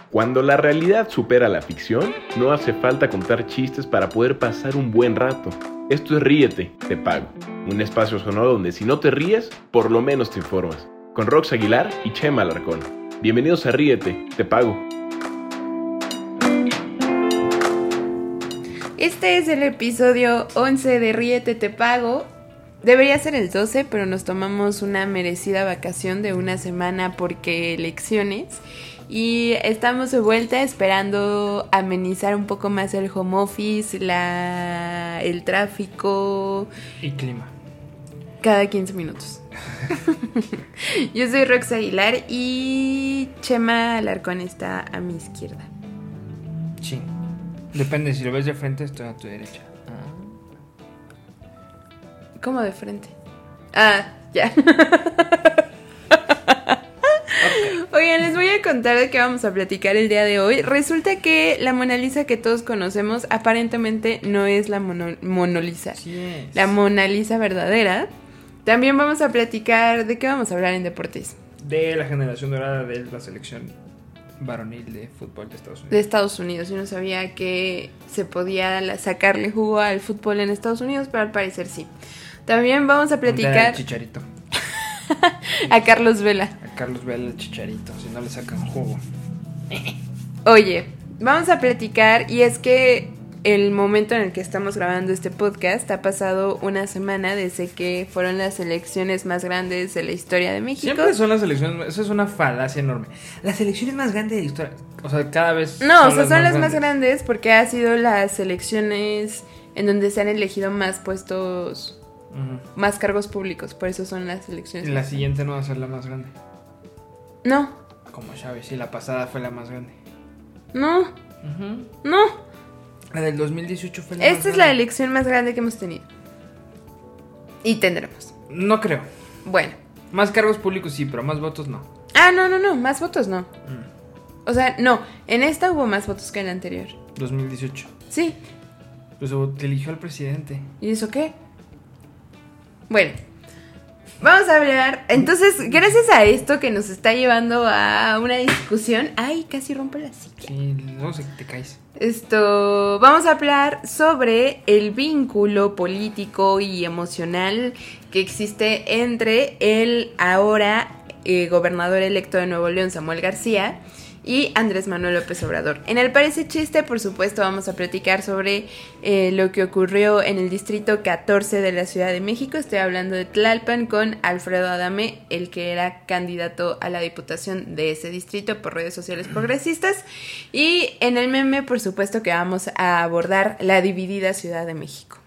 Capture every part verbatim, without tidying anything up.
Cuando la realidad supera la ficción, no hace falta contar chistes para poder pasar un buen rato. Esto es Ríete, te pago. Un espacio sonoro donde si no te ríes, por lo menos te informas. Con Rox Aguilar y Chema Alarcón. Bienvenidos a Ríete, te pago. Este es el episodio once de Ríete, te pago. Debería ser el doce, pero nos tomamos una merecida vacación de una semana porque elecciones. Y estamos de vuelta esperando amenizar un poco más el home office, la, el tráfico. Y clima. Cada quince minutos. Yo soy Rox Aguilar y Chema Alarcón está a mi izquierda. Sí. Depende, si lo ves de frente, estoy a tu derecha. Ah. ¿Cómo de frente? Ah, ya. Oigan, les voy a contar de qué vamos a platicar el día de hoy. Resulta que la Mona Lisa que todos conocemos aparentemente no es la mono, Mona Lisa. Sí es. La Mona Lisa verdadera. También vamos a platicar de qué vamos a hablar en deportes. De la generación dorada de la selección varonil de fútbol de Estados Unidos. De Estados Unidos. Yo no sabía que se podía sacarle jugo al fútbol en Estados Unidos, pero al parecer sí. También vamos a platicar... Chicharito. A Carlos Vela. A Carlos Vela el Chicharito, si no le sacan jugo. Oye, vamos a platicar, y es que el momento en el que estamos grabando este podcast ha pasado una semana desde que fueron las elecciones más grandes de la historia de México. Siempre son las elecciones, eso es una falacia enorme. Las elecciones más grandes de la historia, o sea, cada vez... No, son o sea, las son más las grandes. más grandes porque ha sido las elecciones en donde se han elegido más puestos... Uh-huh. Más cargos públicos, por eso son las elecciones. Y la siguiente no va a ser la más grande. No. Como Chávez, sí, la pasada fue la más grande. No. Uh-huh. No. La del dos mil dieciocho fue la Esta más es grande. la elección más grande que hemos tenido. Y tendremos. No creo. Bueno. Más cargos públicos sí, pero más votos no. Ah, no, no, no, más votos no. Mm. O sea, no, en esta hubo más votos que en la anterior. dos mil dieciocho. Sí. Pues te eligió al presidente. ¿Y eso qué? Bueno, vamos a hablar. Entonces, gracias a esto que nos está llevando a una discusión. Ay, casi rompo la silla. Sí, no sé, te caes. Esto, vamos a hablar sobre el vínculo político y emocional que existe entre el ahora eh, gobernador electo de Nuevo León, Samuel García, y Andrés Manuel López Obrador. En el Parece Chiste, por supuesto, vamos a platicar sobre eh, lo que ocurrió en el distrito catorce de la Ciudad de México. Estoy hablando de Tlalpan con Alfredo Adame, el que era candidato a la diputación de ese distrito por redes sociales progresistas. Y en el meme, por supuesto, que vamos a abordar la dividida Ciudad de México.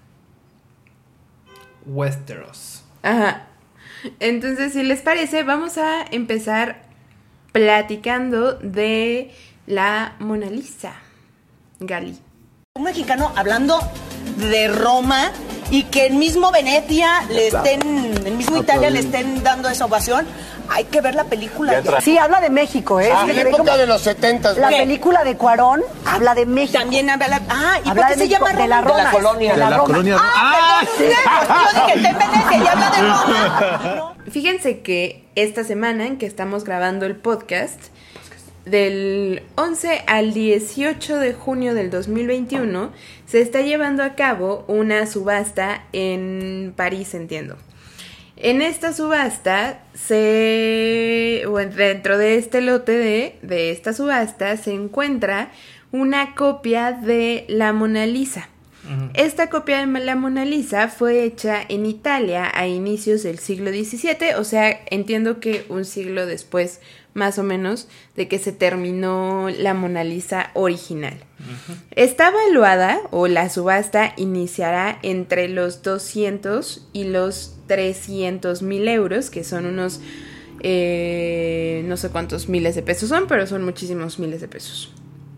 Westeros. Ajá. Entonces, si les parece, vamos a empezar platicando de la Mona Lisa. Gali. Un mexicano hablando de Roma y que el mismo Venecia le estén, el mismo Italia le estén dando esa ovación. Hay que ver la película. Sí, habla de México, ¿eh? Ah, en la época de los setentas. La ¿Qué? película de Cuarón habla de México. También habla la... Ah, ¿y habla por qué de se México, llama Roma? de la Roma. De la colonia. De la, De la Roma. colonia. Ah, perdón, yo dije, está en Venecia y habla de Roma. No. Fíjense que esta semana en que estamos grabando el podcast, del once al dieciocho de junio del dos mil veintiuno, se está llevando a cabo una subasta en París, entiendo. En esta subasta, se bueno, dentro de este lote de, de esta subasta, se encuentra una copia de la Mona Lisa. Uh-huh. Esta copia de la Mona Lisa fue hecha en Italia a inicios del siglo diecisiete, o sea, entiendo que un siglo después, más o menos, de que se terminó la Mona Lisa original. Uh-huh. Está valuada, o la subasta iniciará entre los doscientos y los trescientos mil euros, que son unos, eh, no sé cuántos miles de pesos son, pero son muchísimos miles de pesos.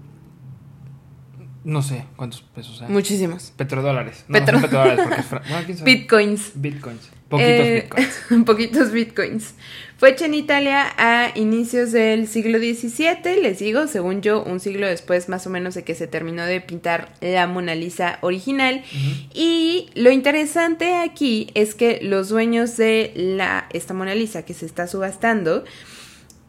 No sé cuántos pesos sean. Muchísimos. Petrodólares. No, Petro- no son petrodólares porque es fra- bueno, ¿quién sabe? Bitcoins. Bitcoins. Poquitos Eh, bitcoins. Poquitos bitcoins. Fue hecha en Italia a inicios del siglo diecisiete, les digo, según yo, un siglo después más o menos de que se terminó de pintar la Mona Lisa original. Uh-huh. Y lo interesante aquí es que los dueños de la esta Mona Lisa que se está subastando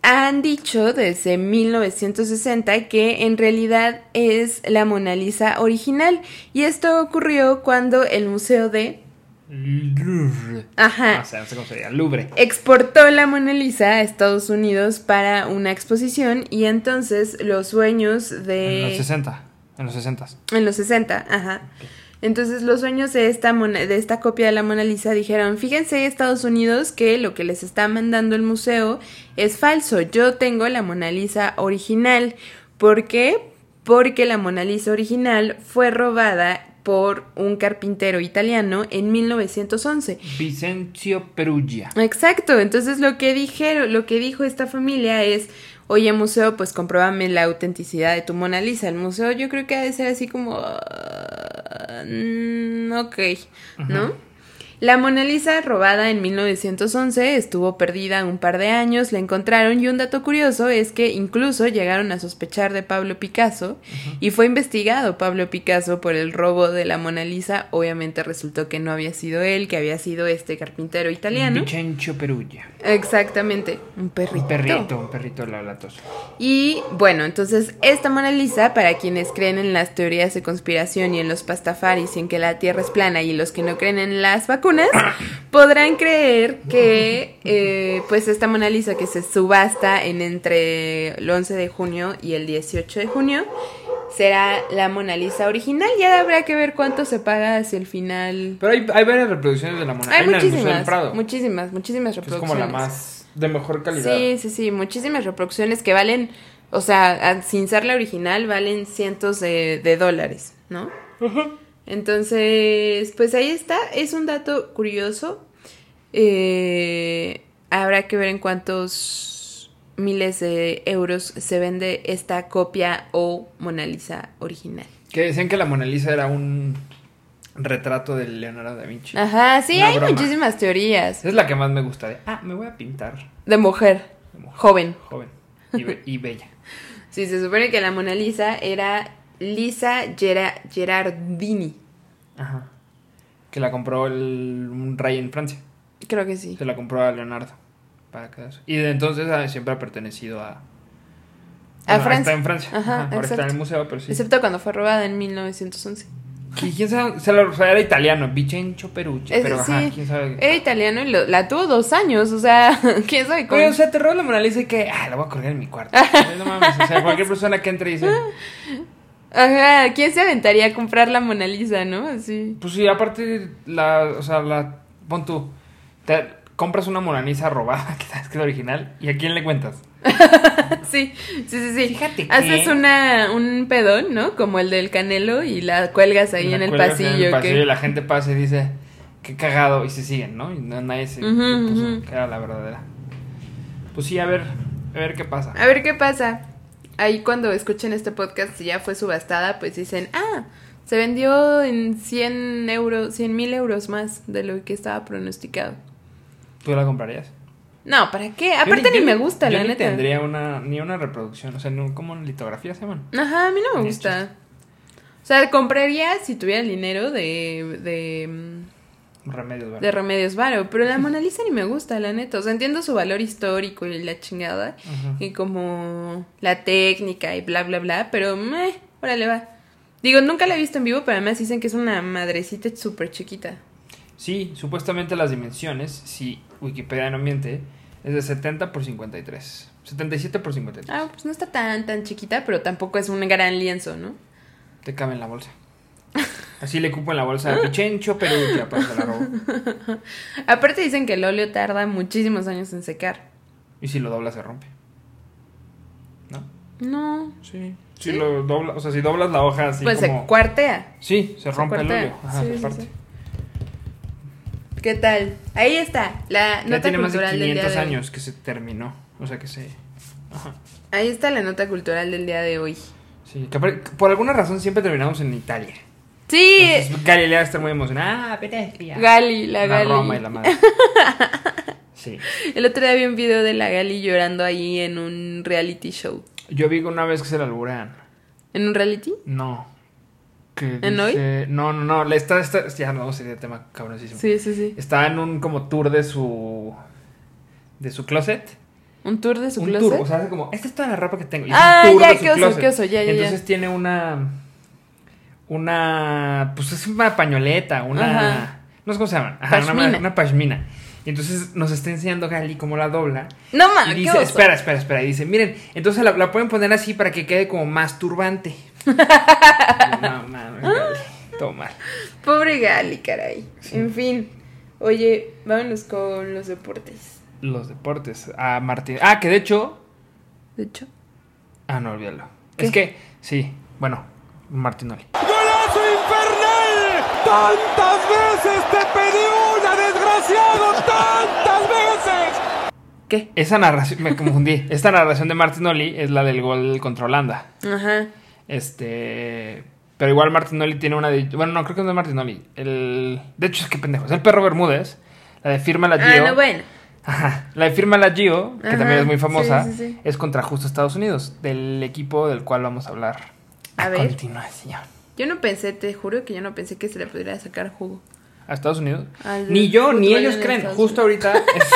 han dicho desde mil novecientos sesenta que en realidad es la Mona Lisa original. Y esto ocurrió cuando el Museo de... Louvre. Ajá. No sé, no sé cómo se diga. Louvre. Exportó la Mona Lisa a Estados Unidos para una exposición y entonces los sueños de... En los sesenta. En los sesenta. En los sesenta, ajá. Entonces los dueños de esta, mona, de esta copia de la Mona Lisa dijeron, fíjense Estados Unidos que lo que les está mandando el museo es falso, yo tengo la Mona Lisa original. ¿Por qué? Porque la Mona Lisa original fue robada por un carpintero italiano en mil novecientos once. Vincenzo Perugia. Exacto, entonces lo que dijeron, lo que dijo esta familia es, oye museo, pues compruébame la autenticidad de tu Mona Lisa. El museo yo creo que ha de ser así como, uh, mm, ok, uh-huh. ¿no? La Mona Lisa, robada en mil novecientos once, estuvo perdida un par de años, la encontraron y un dato curioso es que incluso llegaron a sospechar de Pablo Picasso uh-huh. y fue investigado Pablo Picasso por el robo de la Mona Lisa. Obviamente resultó que no había sido él, que había sido este carpintero italiano. Vincenzo Perugia. Exactamente, un perrito. Un perrito, un perrito latoso. Y bueno, entonces esta Mona Lisa, para quienes creen en las teorías de conspiración y en los pastafaris y en que la Tierra es plana y los que no creen en las vacunas, podrán creer que eh, pues esta Mona Lisa que se subasta en entre el once de junio y el dieciocho de junio será la Mona Lisa original. Ya habrá que ver cuánto se paga hacia el final. Pero hay, hay varias reproducciones de la Mona Lisa. Hay, hay muchísimas, Prado. muchísimas, muchísimas reproducciones. Es como la más de mejor calidad. Sí, sí, sí, muchísimas reproducciones que valen, o sea, sin ser la original, valen cientos de, de dólares, ¿no? Uh-huh. Entonces, pues ahí está, es un dato curioso. Eh, habrá que ver en cuántos miles de euros se vende esta copia o Mona Lisa original. Que decían que la Mona Lisa era un retrato de Leonardo da Vinci. Ajá, sí, Una hay broma. muchísimas teorías. Es la que más me gusta. De, ah, me voy a pintar. De mujer, De mujer. joven. Joven y, be- y bella. Sí, se supone que la Mona Lisa era Lisa Gera- Gerardini. Ajá. Que la compró el, un rey en Francia. Creo que sí. Se la compró a Leonardo. Para quedarse. Y de entonces ah, siempre ha pertenecido a... A bueno, Francia. Está en Francia. Ajá, Ajá, ahora está exacto. en el museo, pero sí. Excepto cuando fue robada en mil novecientos once. ¿Qui- ¿Quién sabe? Se lo, o sea, era italiano, Vincenzo Perugia. Es- Pero ajá, sí, quién sabe. Era italiano y lo- la tuvo dos años, o sea, quién sabe cómo. Oye, o sea, te roba la Mona Lisa y que, ah, la voy a colgar en mi cuarto. No mames, o sea, cualquier persona que entre y dice, Ajá, ¿quién se aventaría a comprar la Mona Lisa, no? Así. pues sí, aparte, la, o sea, la, pon tú, te compras una Mona Lisa robada, que sabes que es la original, ¿y a quién le cuentas? Sí, sí, sí, sí. Fíjate que- Haces una, un pedón, ¿no? Como el del Canelo y la cuelgas ahí La en el cuelgas pasillo. En el pasillo que- y la gente pasa y dice, qué cagado, y se siguen, ¿no? Y no, nadie se Ujú, se puso ujú. que era la verdadera. Pues sí, a ver, a ver qué pasa. A ver qué pasa. Ahí cuando escuchen este podcast, si ya fue subastada, pues dicen, ah, se vendió en cien euros, cien mil euros más de lo que estaba pronosticado. ¿Tú la comprarías? No, ¿para qué? Yo Aparte ni yo me gusta, yo la ni neta. tendría una, ni una reproducción, o sea, no, como litografía se llaman. Ajá, a mí no me Ni gusta. chiste. O sea, compraría si tuviera el dinero de, de, mm, Remedios, ¿verdad? de Remedios Varo, pero la Mona Lisa ni me gusta, la neta. O sea, entiendo su valor histórico y la chingada, Ajá. y como la técnica y bla, bla, bla, pero, meh, órale, va. Digo, nunca la he visto en vivo, pero además dicen que es una madrecita súper chiquita. Sí, supuestamente las dimensiones, si Wikipedia no miente, es de setenta por cincuenta y tres. setenta y siete por cincuenta y tres. Ah, pues no está tan, tan chiquita, pero tampoco es un gran lienzo, ¿no? Te cabe en la bolsa. Así le cupo en la bolsa de Vincenzo Perugia para que la robo. Aparte dicen que el óleo tarda muchísimos años en secar. Y si lo doblas se rompe. ¿No? No, Sí. Si lo doblas, o sea, si doblas la hoja así pues como... se cuartea. Sí, se rompe el cuartea. óleo. Ajá, Sí, se sí, parte. sí. ¿Qué tal? Ahí está, la Ya nota tiene más de cultural del día quinientos de hoy. años que se terminó. O sea que se... Ajá. Ahí está la nota cultural del día de hoy. Sí, que por, por alguna razón siempre terminamos en Italia. Sí, Entonces, Galilea está muy emocionada. Ah, Venecia. Gali, la La Gali. Roma y la madre. Sí. El otro día vi un video de la Gali llorando ahí en un reality show. Yo vi una vez que se la alburean. ¿En un reality? No. Que ¿En dice- No, no, no. Le está, está, ya no vamos a ir de tema cabroncísimo. Sí, sí, sí. Está en un como tour de su... De su closet. ¿Un tour de su un closet? tour, o sea, hace como, esta es toda la ropa que tengo. Y es Ah, un tour ya, de su qué oso, closet. qué oso, ya, ya, Entonces ya. tiene una, una, pues es una pañoleta, una, Ajá. no sé cómo se llama, Ajá, Pashmina. una, una pashmina. Y entonces nos está enseñando Gali cómo la dobla. No Y mames, qué dice, oso. espera, espera, espera. Y dice, miren, entonces la, la pueden poner así para que quede como más turbante. No, mames, Gali, todo mal. Pobre Gali, caray. En fin. Oye, vámonos con los deportes. Los deportes. Ah, Martín. Ah, que de hecho. De hecho. Ah, no, olvídalo. ¿Qué? Es que, sí, bueno, Martinoli. ¡Golazo infernal! ¡Tantas veces te pedí una, desgraciado! ¡Tantas veces! ¿Qué? Esa narración, me confundí. Esta narración de Martinoli es la del gol contra Holanda. Ajá. Este. Pero igual Martinoli tiene una de. Bueno, no, creo que no es Martinoli. El. De hecho, es que pendejo. Es el perro Bermúdez. La de Firma la Gio. Ah, no, bueno. Ajá. La de Firma la Gio, que Ajá, también es muy famosa, sí, sí, sí. es contra justo Estados Unidos, del equipo del cual vamos a hablar a, A ver. continuación. Yo no pensé, te juro que yo no pensé que se le pudiera sacar jugo. ¿A Estados Unidos? Al Ni yo, ni fútbol ellos en creen. Estados Justo ahorita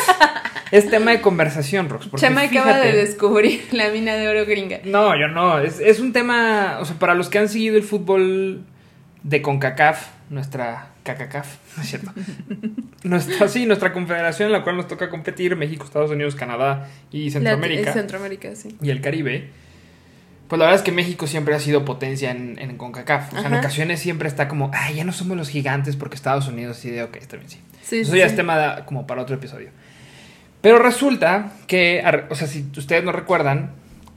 es, es tema de conversación, Rox. Porque Chama acaba fíjate- de descubrir la mina de oro gringa. No, yo no. Es, es un tema. O sea, para los que han seguido el fútbol de CONCACAF, nuestra CACACAF, ¿no es cierto? nuestra, sí, nuestra confederación en la cual nos toca competir: México, Estados Unidos, Canadá y Centroamérica. La- Centroamérica, sí. Y el Caribe. Pues la verdad es que México siempre ha sido potencia en, en CONCACAF. O sea, en Ajá. ocasiones siempre está como, ay, ya no somos los gigantes porque Estados Unidos sí de, ok, está bien, sí. Sí, Eso sí, ya sí. es tema de- como para otro episodio. Pero resulta que, ar- o sea, si ustedes no recuerdan,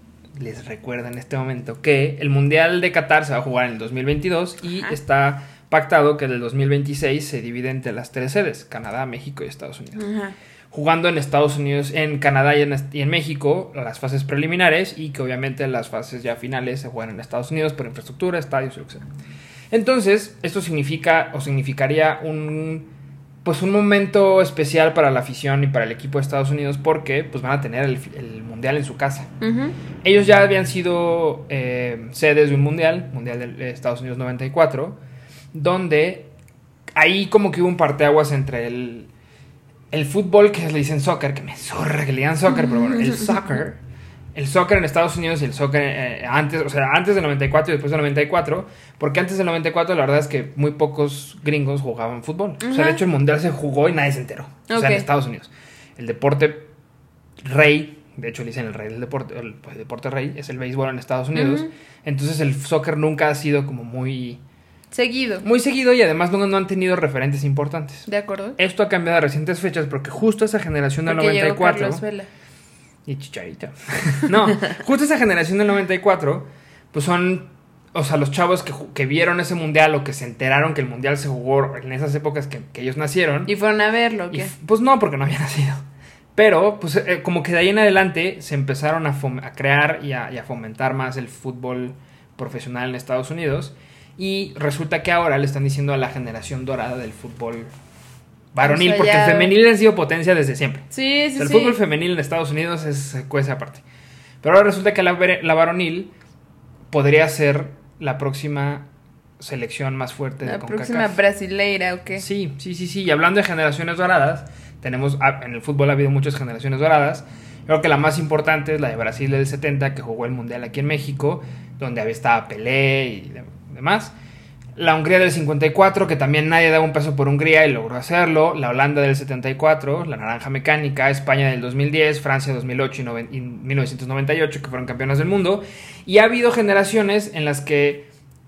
les recuerda en este momento que el Mundial de Qatar se va a jugar en el dos mil veintidós y Ajá. está pactado que en el dos mil veintiséis se divide entre las tres sedes, Canadá, México y Estados Unidos. Ajá. Jugando en Estados Unidos, en Canadá y en, y en México las fases preliminares y que obviamente las fases ya finales se juegan en Estados Unidos por infraestructura, estadios y lo que sea. Entonces, esto significa o significaría un pues un momento especial para la afición y para el equipo de Estados Unidos porque pues van a tener el, el mundial en su casa. Ujú. Ellos ya habían sido eh, sedes de un mundial, Mundial de Estados Unidos noventa y cuatro, donde ahí como que hubo un parteaguas entre el el fútbol, que le dicen soccer, que me zorra que le digan soccer, pero bueno, el soccer, el soccer en Estados Unidos y el soccer eh, antes, o sea, antes del noventa y cuatro y después del noventa y cuatro, porque antes del noventa y cuatro la verdad es que muy pocos gringos jugaban fútbol. O sea, Ajá. de hecho el mundial se jugó y nadie se enteró. O sea, en Ok. Estados Unidos. El deporte rey, de hecho le dicen el rey del deporte, el, pues, el deporte rey es el béisbol en Estados Unidos. Ujú. Entonces el soccer nunca ha sido como muy Seguido. muy seguido y además no, no han tenido referentes importantes. ¿De acuerdo? Esto ha cambiado a recientes fechas porque justo esa generación del Porque noventa y llegó cuatro Carlos Vela. y Chicharito. No, justo esa generación del noventa y cuatro pues son, o sea, los chavos que, ju- que vieron ese mundial o que se enteraron que el mundial se jugó en esas épocas que, que ellos nacieron. ¿Y fueron a verlo o Y qué? f- pues no, porque no había nacido. Pero, pues, eh, como que de ahí en adelante se empezaron a, fom- a crear y a, y a fomentar más el fútbol profesional en Estados Unidos. Y resulta que ahora le están diciendo a la generación dorada del fútbol varonil, O sea, porque ya- el femenil ha sido potencia desde siempre. Sí, O sí, sea, el sí. fútbol femenil en Estados Unidos es cuece aparte. Pero ahora resulta que la, ver- la varonil podría ser la próxima selección más fuerte de La CONCACAF. próxima brasileira o qué. Sí, sí, sí, sí. Y hablando de generaciones doradas, tenemos, ah, en el fútbol ha habido muchas generaciones doradas. Creo que la más importante es la de Brasil del setenta, que jugó el Mundial aquí en México, donde había estaba Pelé y de- demás. La Hungría del cincuenta y cuatro, que también nadie daba un peso por Hungría y logró hacerlo. La Holanda del setenta y cuatro, la Naranja Mecánica, España del dos mil diez, Francia dos mil ocho y, noven- y mil novecientos noventa y ocho, que fueron campeonas del mundo. Y ha habido generaciones en las que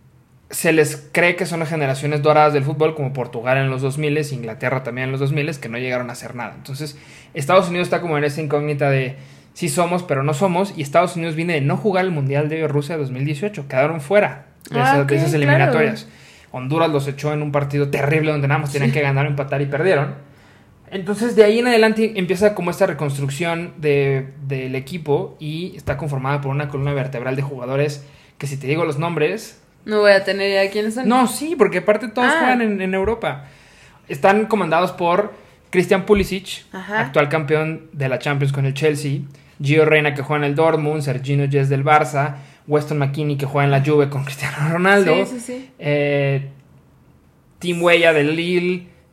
se les cree que son las generaciones doradas del fútbol, como Portugal en los dos mil, Inglaterra también en los dos mil, que no llegaron a hacer nada. Entonces, Estados Unidos está como en esa incógnita de sí somos, pero no somos. Y Estados Unidos viene de no jugar el Mundial de Rusia dos mil dieciocho. Quedaron fuera de, Ah, esas, ok, de esas claro. eliminatorias. Honduras los echó en un partido terrible donde nada más tenían que ganar o empatar y perdieron. Entonces, de ahí en adelante empieza como esta reconstrucción de, del equipo y está conformada por una columna vertebral de jugadores que, si te digo los nombres, No voy a tener idea de quiénes son. no, sí, porque aparte todos Ah. juegan en, en Europa. Están comandados por Christian Pulisic, Ajá. actual campeón de la Champions con el Chelsea, Gio Reyna, que juega en el Dortmund, Serginho Dest del Barça, Weston McKennie, que juega en la Juve con Cristiano Ronaldo, Sí, sí, sí. eh, Tim Weah del Lille,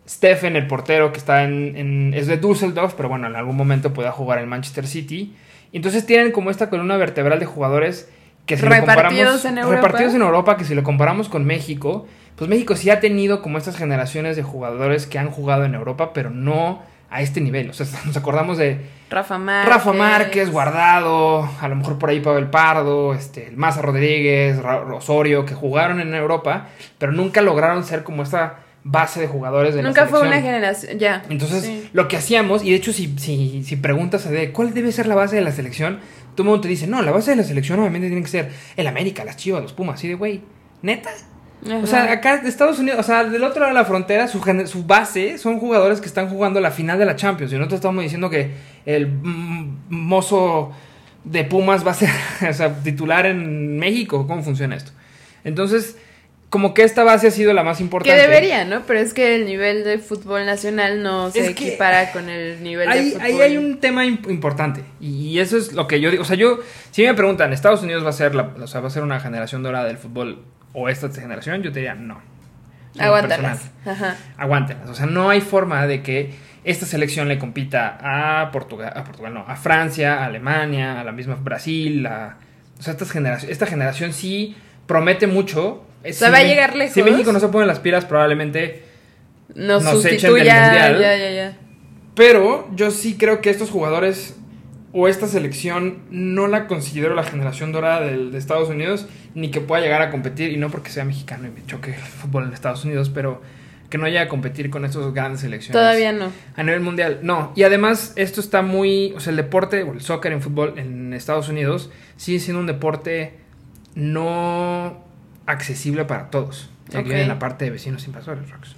Steffen, el portero que está en, en... es de Düsseldorf, pero bueno, en algún momento pueda jugar en Manchester City. Y entonces tienen como esta columna vertebral de jugadores que si repartidos lo comparamos... en Europa. Repartidos en Europa, que si lo comparamos con México, pues México sí ha tenido como estas generaciones de jugadores que han jugado en Europa, pero no a este nivel. O sea, nos acordamos de... Rafa Márquez. Rafa Márquez, Guardado, a lo mejor por ahí Pavel Pardo, este, el Maza Rodríguez, Osorio, que jugaron en Europa, pero nunca lograron ser como esta base de jugadores de nunca la selección. Nunca fue una generación, ya. Entonces, sí. Lo que hacíamos, y de hecho si, si, si preguntas de cuál debe ser la base de la selección, todo el mundo te dice, no, la base de la selección obviamente tiene que ser el América, las Chivas, los Pumas, así de güey, ¿neta? Ajá. O sea, acá de Estados Unidos, o sea, del otro lado de la frontera, su, su base son jugadores que están jugando la final de la Champions. Y nosotros estamos diciendo que el mm, mozo de Pumas va a ser o sea, titular en México. ¿Cómo funciona esto? Entonces, como que esta base ha sido la más importante. Que debería, ¿no? Pero es que el nivel de fútbol nacional no se es equipara con el nivel hay, de fútbol. Ahí hay un tema imp- importante. Y eso es lo que yo digo. O sea, yo, si me preguntan, ¿Estados Unidos va a ser la, o sea, va a ser una generación dorada del fútbol o esta generación? Yo te diría no. Aguántalas. Ajá. Aguántalas. O sea, no hay forma de que esta selección le compita a Portugal, a Portugal no, a Francia, a Alemania, a la misma Brasil, a, o sea, estas generación, esta generación sí promete mucho. O sea, si va a llegar lejos. Si México no se pone las pilas, probablemente nos, nos echen del sustituya. mundial. Ya, ya, ya. Pero yo sí creo que estos jugadores o esta selección no la considero la generación dorada de, de Estados Unidos, ni que pueda llegar a competir, y no porque sea mexicano y me choque el fútbol en Estados Unidos, pero que no llegue a competir con estos grandes selecciones. Todavía no. A nivel mundial, no. Y además esto está muy, o sea, el deporte, o el soccer en fútbol en Estados Unidos sigue siendo un deporte no accesible para todos. Aquí Okay. viene la parte de vecinos invasores, Rox.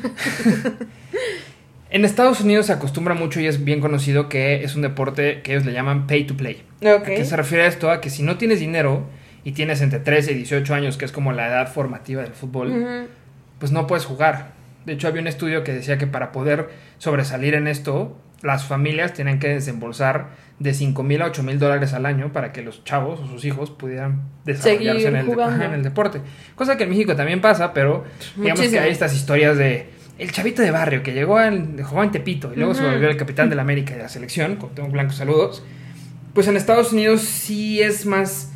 En Estados Unidos se acostumbra mucho y es bien conocido que es un deporte que ellos le llaman pay to play. Okay. ¿A qué se refiere esto? A que si no tienes dinero y tienes entre trece y dieciocho años, que es como la edad formativa del fútbol, uh-huh. pues no puedes jugar. De hecho, había un estudio que decía que para poder sobresalir en esto, las familias tienen que desembolsar de cinco mil a ocho mil dólares al año para que los chavos o sus hijos pudieran desarrollarse en el, de, en el deporte. Cosa que en México también pasa, pero digamos Muchísimo. Que hay estas historias de el chavito de barrio que llegó en, jugó en Tepito y luego uh-huh. se volvió el capitán de la América y de la selección, con Tengo Blanco, saludos. Pues en Estados Unidos sí es más,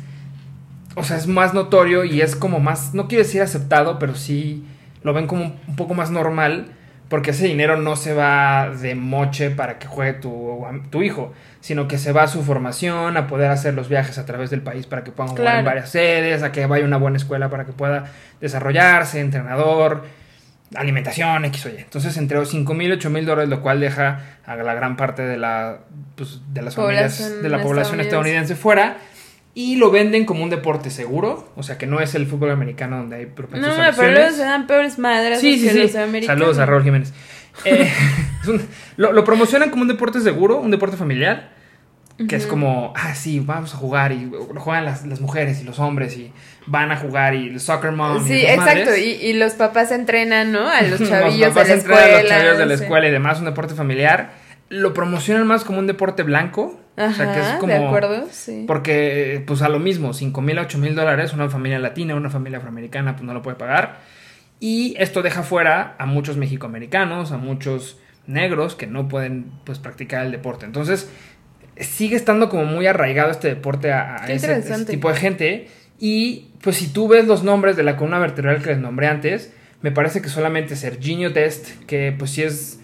o sea, es más notorio y es como más, no quiero decir aceptado, pero sí lo ven como un poco más normal, porque ese dinero no se va de moche para que juegue tu, tu hijo, sino que se va a su formación, a poder hacer los viajes a través del país para que puedan jugar claro. en varias sedes, a que vaya a una buena escuela para que pueda desarrollarse, entrenador, alimentación, X o Y. Entonces, entre cinco mil y ocho mil dólares, lo cual deja a la gran parte de la pues, de las población familias, de la población estadounidense fuera. Y lo venden como un deporte seguro, o sea que no es el fútbol americano donde hay propensos No, pero luego se dan peores madres sí, sí, que sí. los americanos. Saludos a Raúl Jiménez. Eh, es un, lo, lo promocionan como un deporte seguro, un deporte familiar, que uh-huh. es como, ah, sí, vamos a jugar, y lo juegan las, las mujeres y los hombres, y van a jugar, y el soccer mom. Sí, y exacto, y, y los papás entrenan, ¿no? A los chavillos los papás de la escuela. A los chavillos de la sí. escuela y demás, un deporte familiar. Lo promocionan más como un deporte blanco. Ajá, o sea, que es como, de acuerdo, sí. Porque, pues a lo mismo, cinco mil a ocho mil dólares, una familia latina, una familia afroamericana, pues no lo puede pagar. Y esto deja fuera a muchos mexicoamericanos, a muchos negros que no pueden, pues, practicar el deporte. Entonces, sigue estando como muy arraigado este deporte a, a ese, ese tipo de gente. Y, pues, si tú ves los nombres de la columna vertebral que les nombré antes, me parece que solamente Serginho Dest, que, pues, sí es...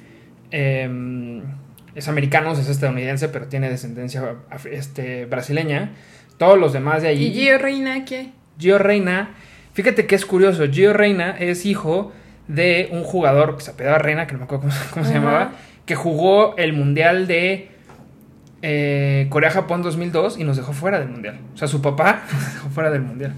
Eh, es americano, es estadounidense, pero tiene descendencia este, brasileña. Todos los demás de allí. ¿Y Gio Reyna qué? Gio Reyna, fíjate que es curioso. Gio Reyna es hijo de un jugador que se apellidaba Reina, que no me acuerdo cómo, cómo se llamaba, que jugó el mundial de eh, Corea-Japón dos mil dos y nos dejó fuera del mundial. O sea, su papá nos dejó fuera del mundial.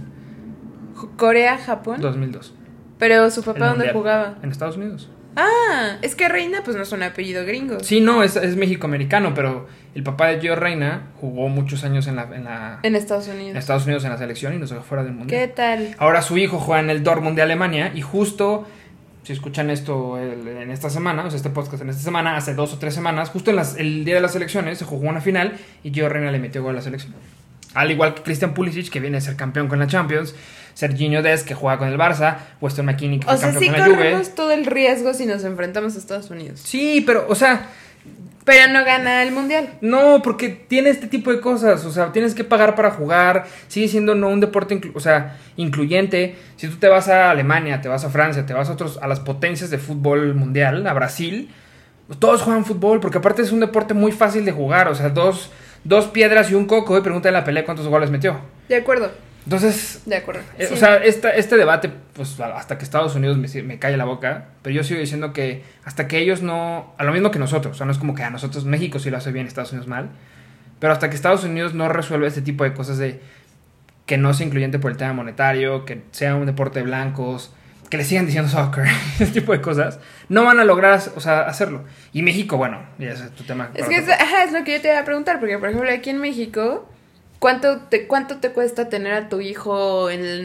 ¿Corea-Japón? dos mil dos. ¿Pero su papá dónde jugaba? En Estados Unidos. Ah, es que Reina pues no es un apellido gringo. Sí, no, es, es mexicoamericano, pero el papá de Gio Reyna jugó muchos años en la, en la... En Estados Unidos. En Estados Unidos en la selección y nos dejó fuera del mundial. ¿Qué tal? Ahora su hijo juega en el Dortmund de Alemania y justo, si escuchan esto el, en esta semana, o sea, este podcast en esta semana, hace dos o tres semanas, justo en las, el día de las elecciones se jugó una final y Gio Reyna le metió gol a la selección. Al igual que Christian Pulisic, que viene a ser campeón con la Champions, Serginho Dest, que juega con el Barça, Weston McKennie, que O fue sea, campeón sí con la Juve. corremos todo el riesgo si nos enfrentamos a Estados Unidos. Sí, pero, o sea... Pero no gana el Mundial. No, porque tiene este tipo de cosas, o sea, tienes que pagar para jugar, sigue siendo no un deporte, inclu- o sea, incluyente. Si tú te vas a Alemania, te vas a Francia, te vas a otros, a las potencias de fútbol mundial, a Brasil, todos juegan fútbol, porque aparte es un deporte muy fácil de jugar, o sea, dos, dos piedras y un coco, y pregúntale a Pelé cuántos goles metió. De acuerdo, Entonces, de acuerdo. eh, Sí. o sea, esta, este debate, pues hasta que Estados Unidos me, me calle la boca, pero yo sigo diciendo que hasta que ellos no, a lo mismo que nosotros, o sea, no es como que a nosotros México sí lo hace bien, Estados Unidos mal, pero hasta que Estados Unidos no resuelve este tipo de cosas de que no sea incluyente por el tema monetario, que sea un deporte de blancos, que le sigan diciendo soccer, ese tipo de cosas, no van a lograr, o sea, hacerlo. Y México, bueno, ya ese es tu tema. Es para que es, otro. ajá, es lo que yo te iba a preguntar, porque por ejemplo aquí en México, ¿cuánto te, cuánto te cuesta tener a tu hijo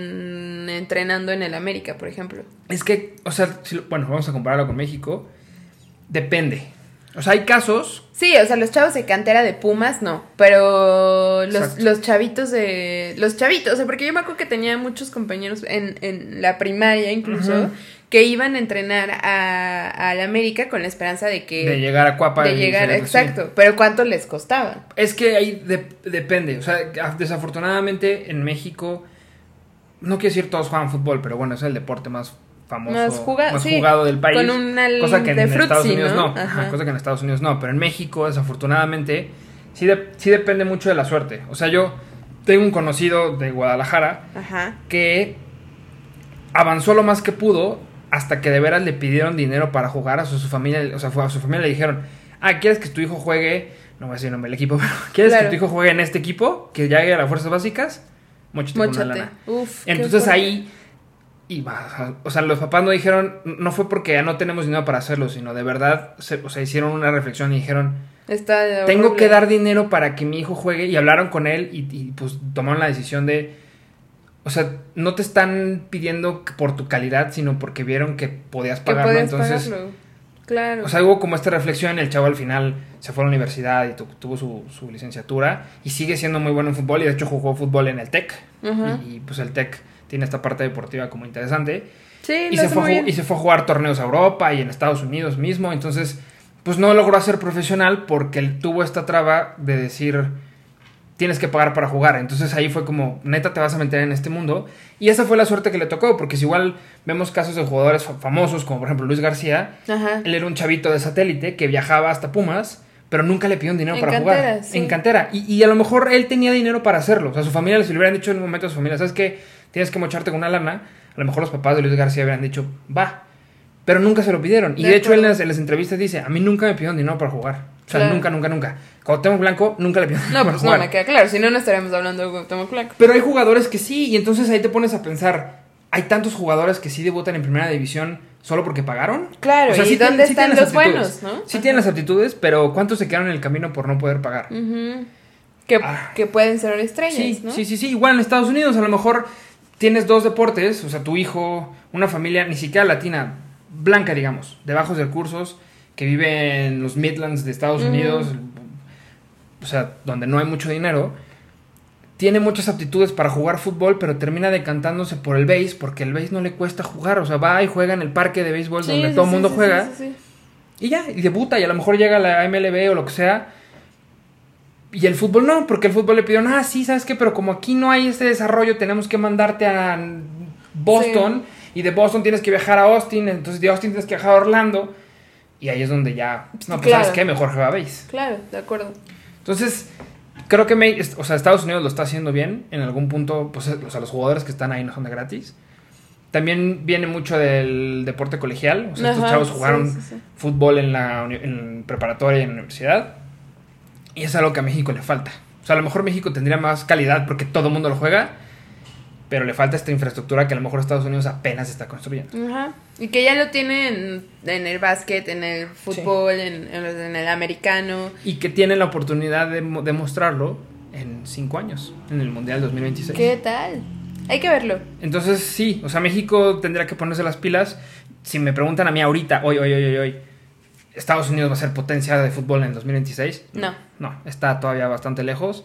en- entrenando en el América, por ejemplo? Es que, o sea, si lo- bueno, vamos a compararlo con México, depende. O sea, hay casos... Sí, o sea, los chavos de cantera de Pumas, no, pero los, Exacto. los chavitos de... Los chavitos, o sea, porque yo me acuerdo que tenía muchos compañeros en, en la primaria incluso, Ujú. que iban a entrenar a, a la América con la esperanza de que... De llegar a Cuapa. de y llegar, ser- exacto, sí. pero ¿cuánto les costaba? Es que ahí de- depende. O sea, desafortunadamente en México, no quiero decir todos juegan fútbol, pero bueno, es el deporte más famoso, Más juga- más sí, jugado del país. con una l- cosa que en de Estados frutzi, Unidos ¿no? no. Ajá. Ajá, cosa que en Estados Unidos no. Pero en México, desafortunadamente, sí, de- sí depende mucho de la suerte. O sea, yo tengo un conocido de Guadalajara Ajá. que avanzó lo más que pudo hasta que de veras le pidieron dinero para jugar a su, su familia, o sea, fue a su familia le dijeron, ah, ¿quieres que tu hijo juegue? No voy a decir el nombre del equipo, pero ¿quieres Claro. que tu hijo juegue en este equipo? Que llegue a las fuerzas básicas, móchate con una Móchate. lana. Uf, qué Entonces fuerte. ahí, y va, o sea, los papás no dijeron, no fue porque ya no tenemos dinero para hacerlo, sino de verdad, se, o sea, hicieron una reflexión y dijeron, Está tengo horrible. que dar dinero para que mi hijo juegue. Y hablaron con él y, y, pues tomaron la decisión de... O sea, no te están pidiendo que por tu calidad, sino porque vieron que podías que pagarlo. podías Entonces, pagarlo. Claro. o sea, hubo como esta reflexión. El chavo al final se fue a la universidad y tu- tuvo su, su licenciatura. Y sigue siendo muy bueno en fútbol. Y de hecho jugó fútbol en el TEC. Ajá. Y, y, pues el TEC tiene esta parte deportiva como interesante. Sí, Y lo se, hace fue a muy ju- bien. y se fue a jugar torneos a Europa y en Estados Unidos mismo. Entonces, pues no logró ser profesional porque él tuvo esta traba de decir, tienes que pagar para jugar. Entonces ahí fue como, neta, te vas a meter en este mundo. Y esa fue la suerte que le tocó, porque si igual vemos casos de jugadores fa- famosos, como por ejemplo Luis García, Ajá. él era un chavito de satélite que viajaba hasta Pumas, pero nunca le pidieron dinero En para cantera, jugar. sí. En cantera. Y, y a lo mejor él tenía dinero para hacerlo. O sea, su familia, si le hubieran dicho en un momento a su familia, ¿sabes qué? Tienes que mocharte con una lana. A lo mejor los papás de Luis García hubieran dicho, va. Pero nunca se lo pidieron. Y De de hecho él en acuerdo. las, en las entrevistas dice, a mí nunca me pidieron dinero para jugar. O sea, Claro. nunca, nunca, nunca. Cuauhtémoc Blanco nunca le pidieron No, dinero pues para no, jugar. me queda claro. Si no, no estaríamos hablando de Cuauhtémoc Blanco. Pero hay jugadores que sí, y entonces ahí te pones a pensar, hay tantos jugadores que sí debutan en primera división solo porque pagaron. Claro, ¿y sí dónde tienen- sí están tienen los las aptitudes. buenos, no? Sí Ajá. tienen las aptitudes, pero ¿cuántos se quedaron en el camino por no poder pagar? Ujú. Que, Ah. que pueden ser estrellas, Sí, ¿no? sí, sí, sí. Igual en Estados Unidos a lo mejor tienes dos deportes, o sea, tu hijo, una familia ni siquiera latina, blanca, digamos, de bajos recursos, que vive en los Midlands de Estados Ujú. Unidos, o sea, donde no hay mucho dinero, tiene muchas aptitudes para jugar fútbol, pero termina decantándose por el base, porque el base no le cuesta jugar, o sea, va y juega en el parque de béisbol Sí, donde sí, todo el sí, mundo sí, juega, sí, sí, sí. y ya, y debuta, y a lo mejor llega a la M L B o lo que sea. Y el fútbol no, porque el fútbol le pidieron, ah, sí, ¿sabes qué? Pero como aquí no hay este desarrollo, tenemos que mandarte a Boston. Y de Boston tienes que viajar a Austin. Entonces de Austin tienes que viajar a Orlando. Y ahí es donde ya, no, pues Claro. ¿sabes qué? Mejor juega base. Claro, de acuerdo. Entonces, creo que me, o sea, Estados Unidos lo está haciendo bien. En algún punto, pues, o sea, los jugadores que están ahí no son de gratis. También viene mucho del deporte colegial. O sea, estos Ajá, chavos sí, jugaron sí, sí. fútbol en la uni- en preparatoria y en la universidad. Y es algo que a México le falta. O sea, a lo mejor México tendría más calidad porque todo el mundo lo juega, pero le falta esta infraestructura que a lo mejor Estados Unidos apenas está construyendo. Ajá. Y que ya lo tienen en, en el básquet, en el fútbol, en, en, en el americano. Y que tienen la oportunidad de mo- demostrarlo en cinco años, en el Mundial dos mil veintiséis. ¿Qué tal? Hay que verlo. Entonces, sí, o sea, México tendría que ponerse las pilas. Si me preguntan a mí ahorita, hoy, hoy, hoy, hoy, hoy, ¿Estados Unidos va a ser potencia de fútbol en dos mil veintiséis? No. No, está todavía bastante lejos.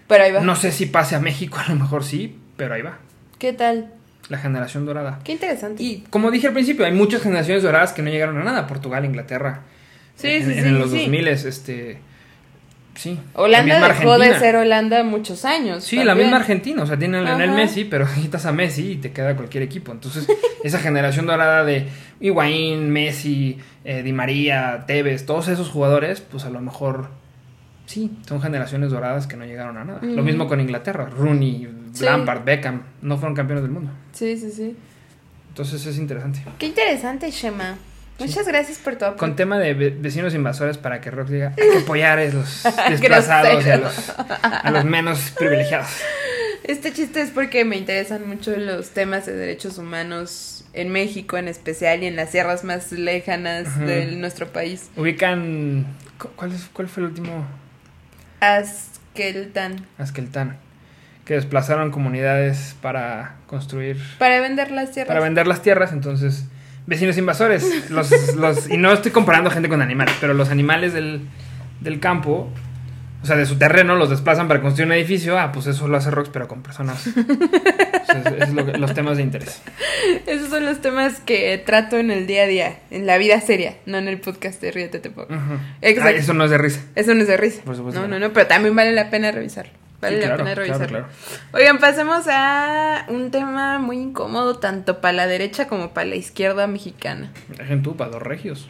Pero ahí va. No sé si pase a México, a lo mejor sí, pero ahí va. ¿Qué tal? La generación dorada. Qué interesante. Y como dije al principio, hay muchas generaciones doradas que no llegaron a nada. Portugal, Inglaterra. Sí, en, sí, en sí, los sí. dos mil, este... Sí. Holanda La misma dejó de Argentina. ser Holanda muchos años. Sí, también. la misma Argentina, o sea, tiene a Lionel Ajá. Messi, pero quitas a Messi y te queda cualquier equipo. Entonces, esa generación dorada de Higuaín, Messi, eh, Di María, Tevez, todos esos jugadores, pues a lo mejor sí, son generaciones doradas que no llegaron a nada. Ujú. Lo mismo con Inglaterra, Rooney, Sí. Lampard, Beckham, no fueron campeones del mundo. Sí, sí, sí. Entonces es interesante. Qué interesante, Shema. Muchas gracias por tu apoyo. Con tema de ve- vecinos invasores, para que Rox diga, hay que apoyar a los desplazados y a los, a los menos privilegiados. Este chiste es porque me interesan mucho los temas de derechos humanos en México en especial y en las sierras más lejanas Ajá. de nuestro país. Ubican, cu- ¿cuál, es, ¿cuál fue el último? Azqueltán. Azqueltán, que desplazaron comunidades para construir, Para vender las tierras. para vender las tierras. Entonces, vecinos invasores, los, los, y no estoy comparando gente con animales, pero los animales del, del campo, o sea, de su terreno, los desplazan para construir un edificio. Ah, pues eso lo hace Rox, pero con personas. O sea, es, es lo que- los temas de interés. Esos son los temas que trato en el día a día, en la vida seria, no en el podcast de Ríete Te Poco. Ujú. Exacto. Ah, eso no es de risa. Eso no es de risa. Por supuesto No, que no, no. no, pero también vale la pena revisarlo. Vale Sí, la claro, pena claro, revisarlo. claro. Oigan, pasemos a un tema muy incómodo tanto para la derecha como para la izquierda mexicana. Dejen tú, para los regios.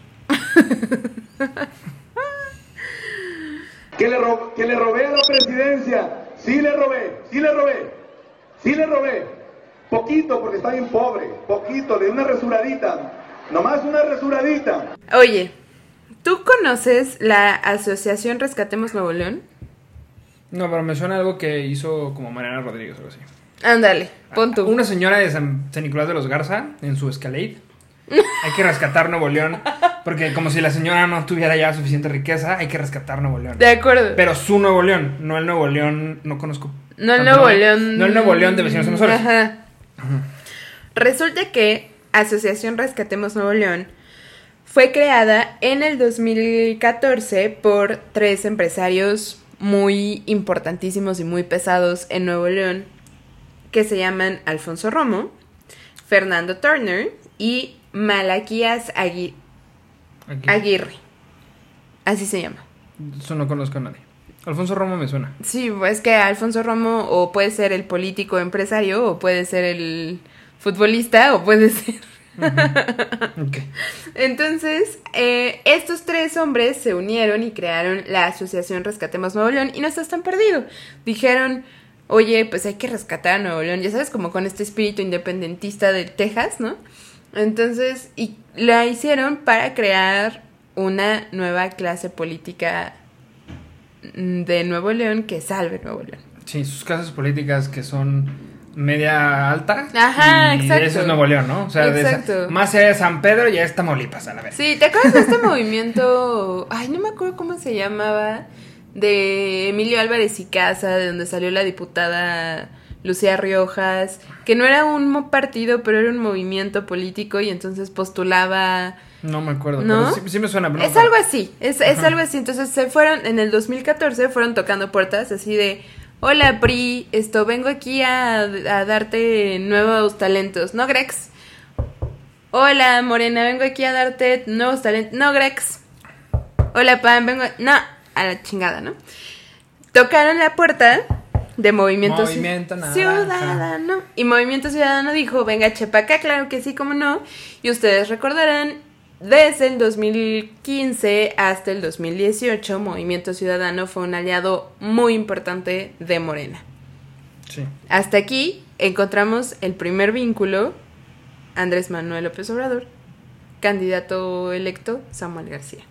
¿Que le, ro- que le robé a la presidencia? Sí le robé, sí le robé, sí le robé. Poquito, porque está bien pobre, poquito, de una resuradita, nomás una resuradita. Oye, ¿tú conoces la Asociación Rescatemos Nuevo León? No, pero me suena algo que hizo como Mariana Rodríguez o algo así. Ándale, pon tú. Una señora de San, San Nicolás de los Garza en su Escalade. Hay que rescatar Nuevo León. Porque como si la señora no tuviera ya suficiente riqueza, hay que rescatar Nuevo León. De acuerdo. Pero su Nuevo León, no el Nuevo León, no conozco. No el tanto Nuevo nombre. León. No el Nuevo León de vecinos invasores. Ajá. Resulta que Asociación Rescatemos Nuevo León fue creada en el dos mil catorce por tres empresarios muy importantísimos y muy pesados en Nuevo León, que se llaman Alfonso Romo, Fernando Turner y Malaquías Agui- Aquí. Aguirre. Así se llama. Eso no conozco a nadie. Alfonso Romo me suena. Sí, es que Alfonso Romo o puede ser el político empresario o puede ser el futbolista o puede ser... Ok. Entonces, eh, estos tres hombres se unieron y crearon la Asociación Rescatemos Nuevo León y no estás tan perdido. Dijeron, oye, pues hay que rescatar a Nuevo León, ya sabes, como con este espíritu independentista de Texas, ¿no? Entonces, y la hicieron para crear una nueva clase política de Nuevo León que salve Nuevo León. Sí, sus casas políticas que son media alta. Ajá, y exacto. eso es Nuevo León, ¿no? O sea, de esa- Exacto. más allá de San Pedro ya es Tamaulipas, a la vez. Sí, ¿te acuerdas de este movimiento? Ay, no me acuerdo cómo se llamaba. De Emilio Álvarez y Casa, de donde salió la diputada Lucía Riojas. Que no era un mo- partido, pero era un movimiento político y entonces postulaba... No me acuerdo, ¿No? pero sí, sí me suena. Pero no Es me algo acuerdo. así, es, es algo así. Entonces se fueron, en el dos mil catorce fueron tocando puertas así de, hola P R I, esto, vengo aquí a, a darte nuevos talentos, ¿no, Grex? Hola Morena, vengo aquí a darte nuevos talentos, ¿no, Grex? Hola Pan, vengo, no, a la chingada, ¿no? Tocaron la puerta de Movimiento, Movimiento Ci- Naranja. Ciudadano. Y Movimiento Ciudadano dijo, venga, chepa acá, claro que sí, cómo no. Y ustedes recordarán, desde el dos mil quince hasta el dos mil dieciocho, Movimiento Ciudadano fue un aliado muy importante de Morena. Sí. Hasta aquí encontramos el primer vínculo, Andrés Manuel López Obrador, candidato electo Samuel García.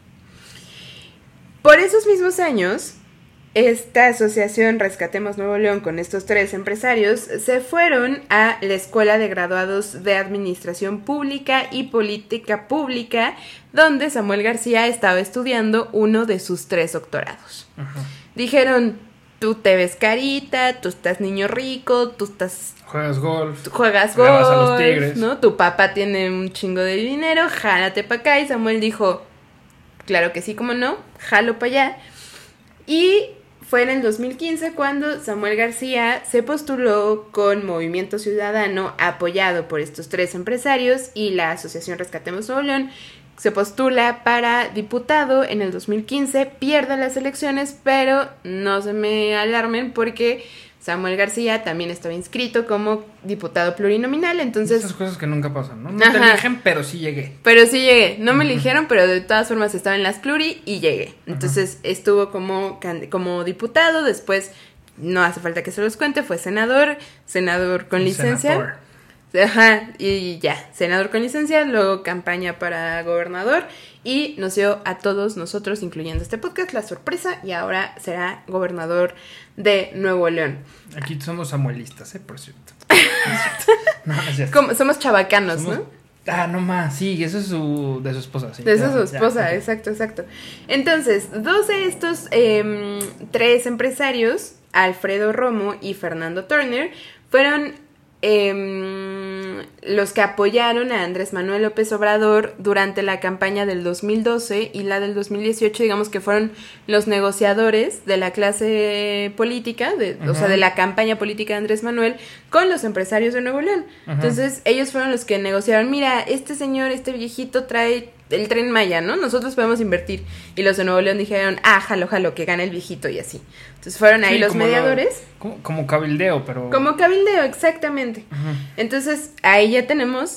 Por esos mismos años, esta asociación Rescatemos Nuevo León con estos tres empresarios se fueron a la Escuela de Graduados de Administración Pública y Política Pública, donde Samuel García estaba estudiando uno de sus tres doctorados. Ajá. Dijeron, tú te ves carita, tú estás niño rico, tú estás Juegas golf. juegas Le vas a los golf, Tigres. ¿no? Tu papá tiene un chingo de dinero, jálate para acá. Y Samuel dijo, claro que sí, cómo no, jalo para allá. Y fue en el dos mil quince cuando Samuel García se postuló con Movimiento Ciudadano, apoyado por estos tres empresarios y la Asociación Rescatemos Nuevo León. Se postula para diputado en el dos mil quince, pierde las elecciones, pero no se me alarmen porque Samuel García también estaba inscrito como diputado plurinominal, entonces... Esas cosas que nunca pasan, ¿no? No Ajá. te eligen, pero sí llegué. Pero sí llegué, no me eligieron, pero de todas formas estaba en las pluri y llegué. Entonces uh-huh. estuvo como, como diputado, después no hace falta que se los cuente, fue senador, senador con licencia. Senador. Ajá, y ya, senador con licencia, luego campaña para gobernador y nos dio a todos nosotros, incluyendo este podcast, la sorpresa y ahora será gobernador de Nuevo León. Aquí somos samuelistas, ¿eh? Por cierto. No, es cierto. Como, somos chabacanos, somos... ¿no? Ah, no más, sí, eso es su, de su esposa, sí. De eso es ya, su esposa, ya. exacto, exacto. Entonces, dos de estos eh, tres empresarios, Alfredo Romo y Fernando Turner, fueron... Eh, los que apoyaron a Andrés Manuel López Obrador durante la campaña del dos mil doce y la del dos mil dieciocho, digamos que fueron los negociadores de la clase política, de, uh-huh. o sea, de la campaña política de Andrés Manuel con los empresarios de Nuevo León. Uh-huh. Entonces, ellos fueron los que negociaron, mira, este señor, este viejito trae el Tren Maya, ¿no? Nosotros podemos invertir. Y los de Nuevo León dijeron, ah, jalo, jalo, que gane el viejito y así. Entonces fueron ahí sí, los mediadores. Lo, como, como cabildeo, pero... Como cabildeo, exactamente. Uh-huh. Entonces, ahí ya tenemos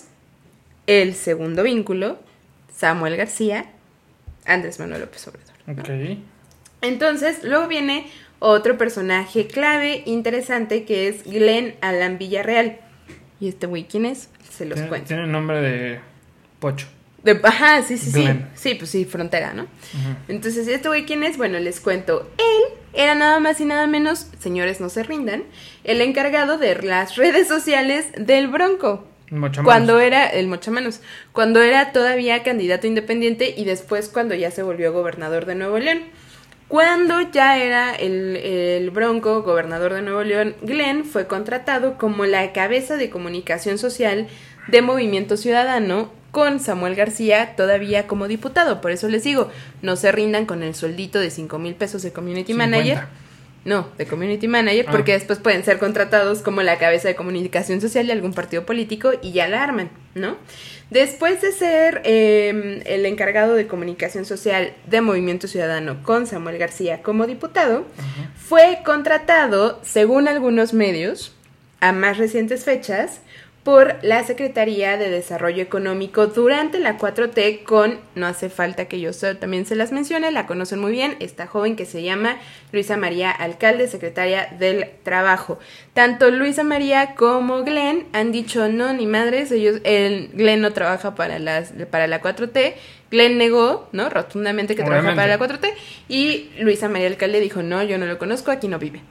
el segundo vínculo, Samuel García, Andrés Manuel López Obrador, ¿no? Ok. Entonces, luego viene otro personaje clave, interesante, que es Glenn Alan Villarreal. ¿Y este güey quién es? Se los tiene, cuento. Tiene nombre de Pocho. De, ajá, sí, sí, Glenn. sí. Sí, pues sí, frontera, ¿no? Uh-huh. Entonces, ¿este güey quién es? Bueno, les cuento. Él era nada más y nada menos, señores, no se rindan, el encargado de las redes sociales del Bronco. Mochamanos. Cuando era, el Mochamanos, cuando era todavía candidato independiente y después cuando ya se volvió gobernador de Nuevo León. Cuando ya era el, el Bronco gobernador de Nuevo León, Glenn fue contratado como la cabeza de comunicación social de Movimiento Ciudadano con Samuel García todavía como diputado. Por eso les digo, no se rindan con el sueldito de cinco mil pesos de Community cincuenta. Manager. No, de Community Manager, ah. porque después pueden ser contratados como la cabeza de comunicación social de algún partido político y ya la arman, ¿no? Después de ser eh, el encargado de comunicación social de Movimiento Ciudadano con Samuel García como diputado, uh-huh. fue contratado, según algunos medios, a más recientes fechas, por la Secretaría de Desarrollo Económico durante la cuatro T con, no hace falta que yo también se las mencione, la conocen muy bien, esta joven que se llama Luisa María Alcalde, secretaria del Trabajo. Tanto Luisa María como Glenn han dicho, no, ni madres, ellos, el Glenn no trabaja para, las, para la cuatro T, Glenn negó, ¿no? Rotundamente que Obviamente. trabaja para la cuatro T, y Luisa María Alcalde dijo, no, yo no lo conozco, aquí no vive.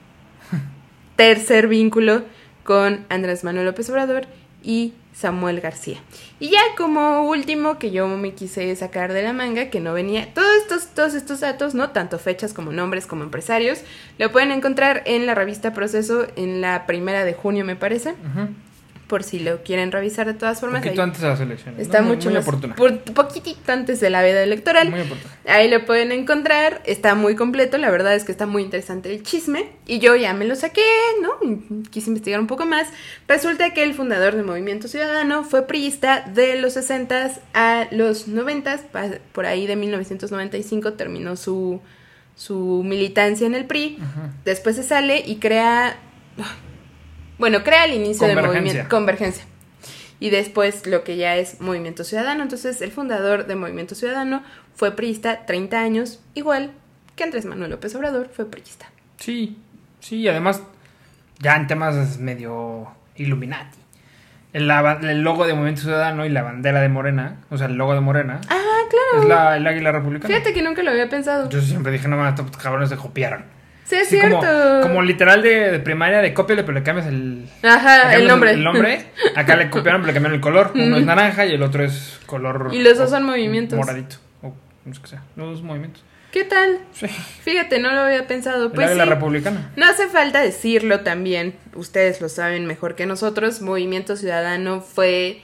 Tercer vínculo con Andrés Manuel López Obrador y Samuel García. Y ya como último que yo me quise sacar de la manga, que no venía, todos estos, todos estos datos, ¿no? Tanto fechas como nombres como empresarios, lo pueden encontrar en la revista Proceso en la primera de junio, me parece. Uh-huh. Por si lo quieren revisar de todas formas. Un poquito antes de las elecciones. Está ¿no? mucho muy, muy más. Oportuna. Por, poquitito antes de la veda electoral. Muy oportuna. Ahí lo pueden encontrar. Está muy completo. La verdad es que está muy interesante el chisme. Y yo ya me lo saqué, ¿no? Quise investigar un poco más. Resulta que el fundador del Movimiento Ciudadano fue priista de los sesentas a los noventas. Por ahí de mil novecientos noventa y cinco terminó su, su militancia en el P R I. Uh-huh. Después se sale y crea. Bueno, crea el inicio del movimiento. Convergencia. Y después lo que ya es Movimiento Ciudadano. Entonces, el fundador de Movimiento Ciudadano fue priista treinta años, igual que Andrés Manuel López Obrador fue priista. Sí, sí, además, ya en temas medio Illuminati. El, el logo de Movimiento Ciudadano y la bandera de Morena, o sea, el logo de Morena. Ah, claro. Es la, el águila republicana. Fíjate que nunca lo había pensado. Yo siempre dije, no, estos cabrones se copiaron. Sí, es sí, cierto. Como, como literal de, de primaria, de cópiale, pero le cambias el... Ajá, cambias el nombre. El, el nombre. Acá le copiaron, pero le cambiaron el color. Uno es naranja y el otro es color... Y los dos son movimientos. Moradito. O no sé qué sea. Los dos movimientos. ¿Qué tal? Sí. Fíjate, no lo había pensado. Pues el águila sí, republicana. No hace falta decirlo también. Ustedes lo saben mejor que nosotros. Movimiento Ciudadano fue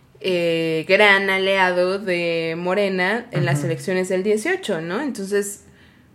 eh, gran aliado de Morena en uh-huh. las elecciones del dieciocho, ¿no? Entonces...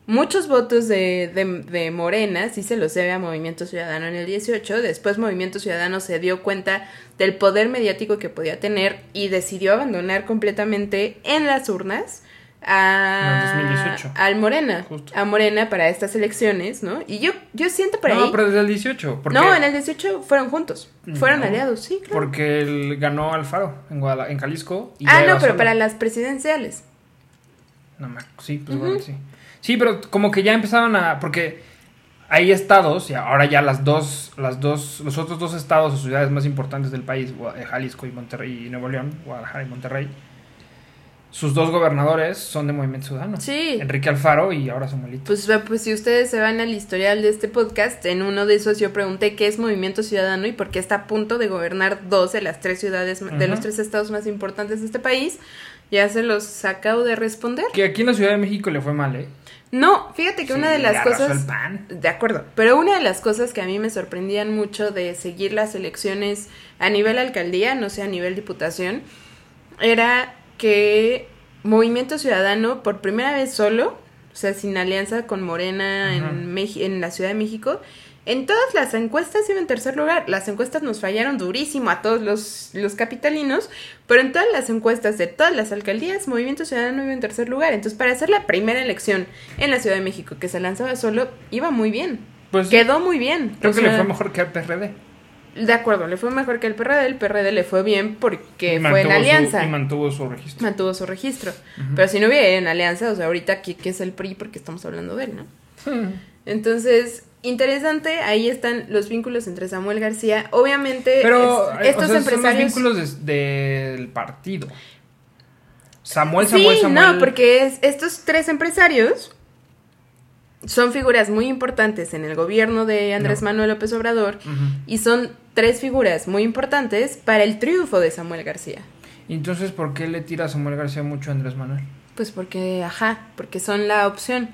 muchos votos de, de, de Morena sí se los debe a Movimiento Ciudadano en el dieciocho. Después Movimiento Ciudadano se dio cuenta del poder mediático que podía tener y decidió abandonar completamente en las urnas a, en dos mil dieciocho. al Morena, Justo. a Morena para estas elecciones, ¿no? Y yo, yo siento por no, ahí... pero desde el dieciocho. Porque, No, en el dieciocho fueron juntos, fueron No, aliados, sí, claro. Porque él ganó Alfaro en, Guadala- en Jalisco. Y Ah, ya iba no, pero solo. para las presidenciales. No, me- sí, pues bueno, sí. Sí, pero como que ya empezaban a... Porque hay estados, y ahora ya las dos, las dos, los otros dos estados o ciudades más importantes del país, Gua- eh, Jalisco y Monterrey y Nuevo León, Guadalajara y Monterrey, sus dos gobernadores son de Movimiento Ciudadano. Sí. Enrique Alfaro y ahora Samuelito. Pues, pues si ustedes se van al historial de este podcast, en uno de esos yo pregunté qué es Movimiento Ciudadano y por qué está a punto de gobernar dos de las tres ciudades, uh-huh. de los tres estados más importantes de este país. Ya se los acabo de responder. Que aquí en la Ciudad de México le fue mal, ¿eh? No, fíjate que Sí, una de las arrasó cosas... el pan. De acuerdo, pero una de las cosas que a mí me sorprendían mucho de seguir las elecciones a nivel alcaldía, no sé, a nivel diputación, era que Movimiento Ciudadano, por primera vez solo, o sea, sin alianza con Morena en, Meji- en la Ciudad de México, en todas las encuestas iba en tercer lugar. Las encuestas nos fallaron durísimo a todos los, los capitalinos, pero en todas las encuestas de todas las alcaldías, Movimiento Ciudadano iba en tercer lugar. Entonces, para hacer la primera elección en la Ciudad de México, que se lanzaba solo, iba muy bien. Pues sí. Quedó muy bien. Creo O que sea, le fue mejor que al P R D. De acuerdo, le fue mejor que el P R D. El P R D le fue bien porque Y fue en mantuvo su- alianza. y mantuvo su registro. Mantuvo su registro. Uh-huh. Pero si no hubiera en alianza, o sea, ahorita aquí que es el P R I porque estamos hablando de él, ¿no? Hmm. Entonces, interesante, ahí están los vínculos entre Samuel García. Obviamente, Pero es, estos o sea, empresarios... son los vínculos de- del partido. Samuel, Sí, Samuel, Samuel. no, porque es, estos tres empresarios son figuras muy importantes en el gobierno de Andrés No. Manuel López Obrador Ujú. y son tres figuras muy importantes para el triunfo de Samuel García. Entonces, ¿por qué le tira a Samuel García mucho a Andrés Manuel? Pues porque, ajá, porque son la opción.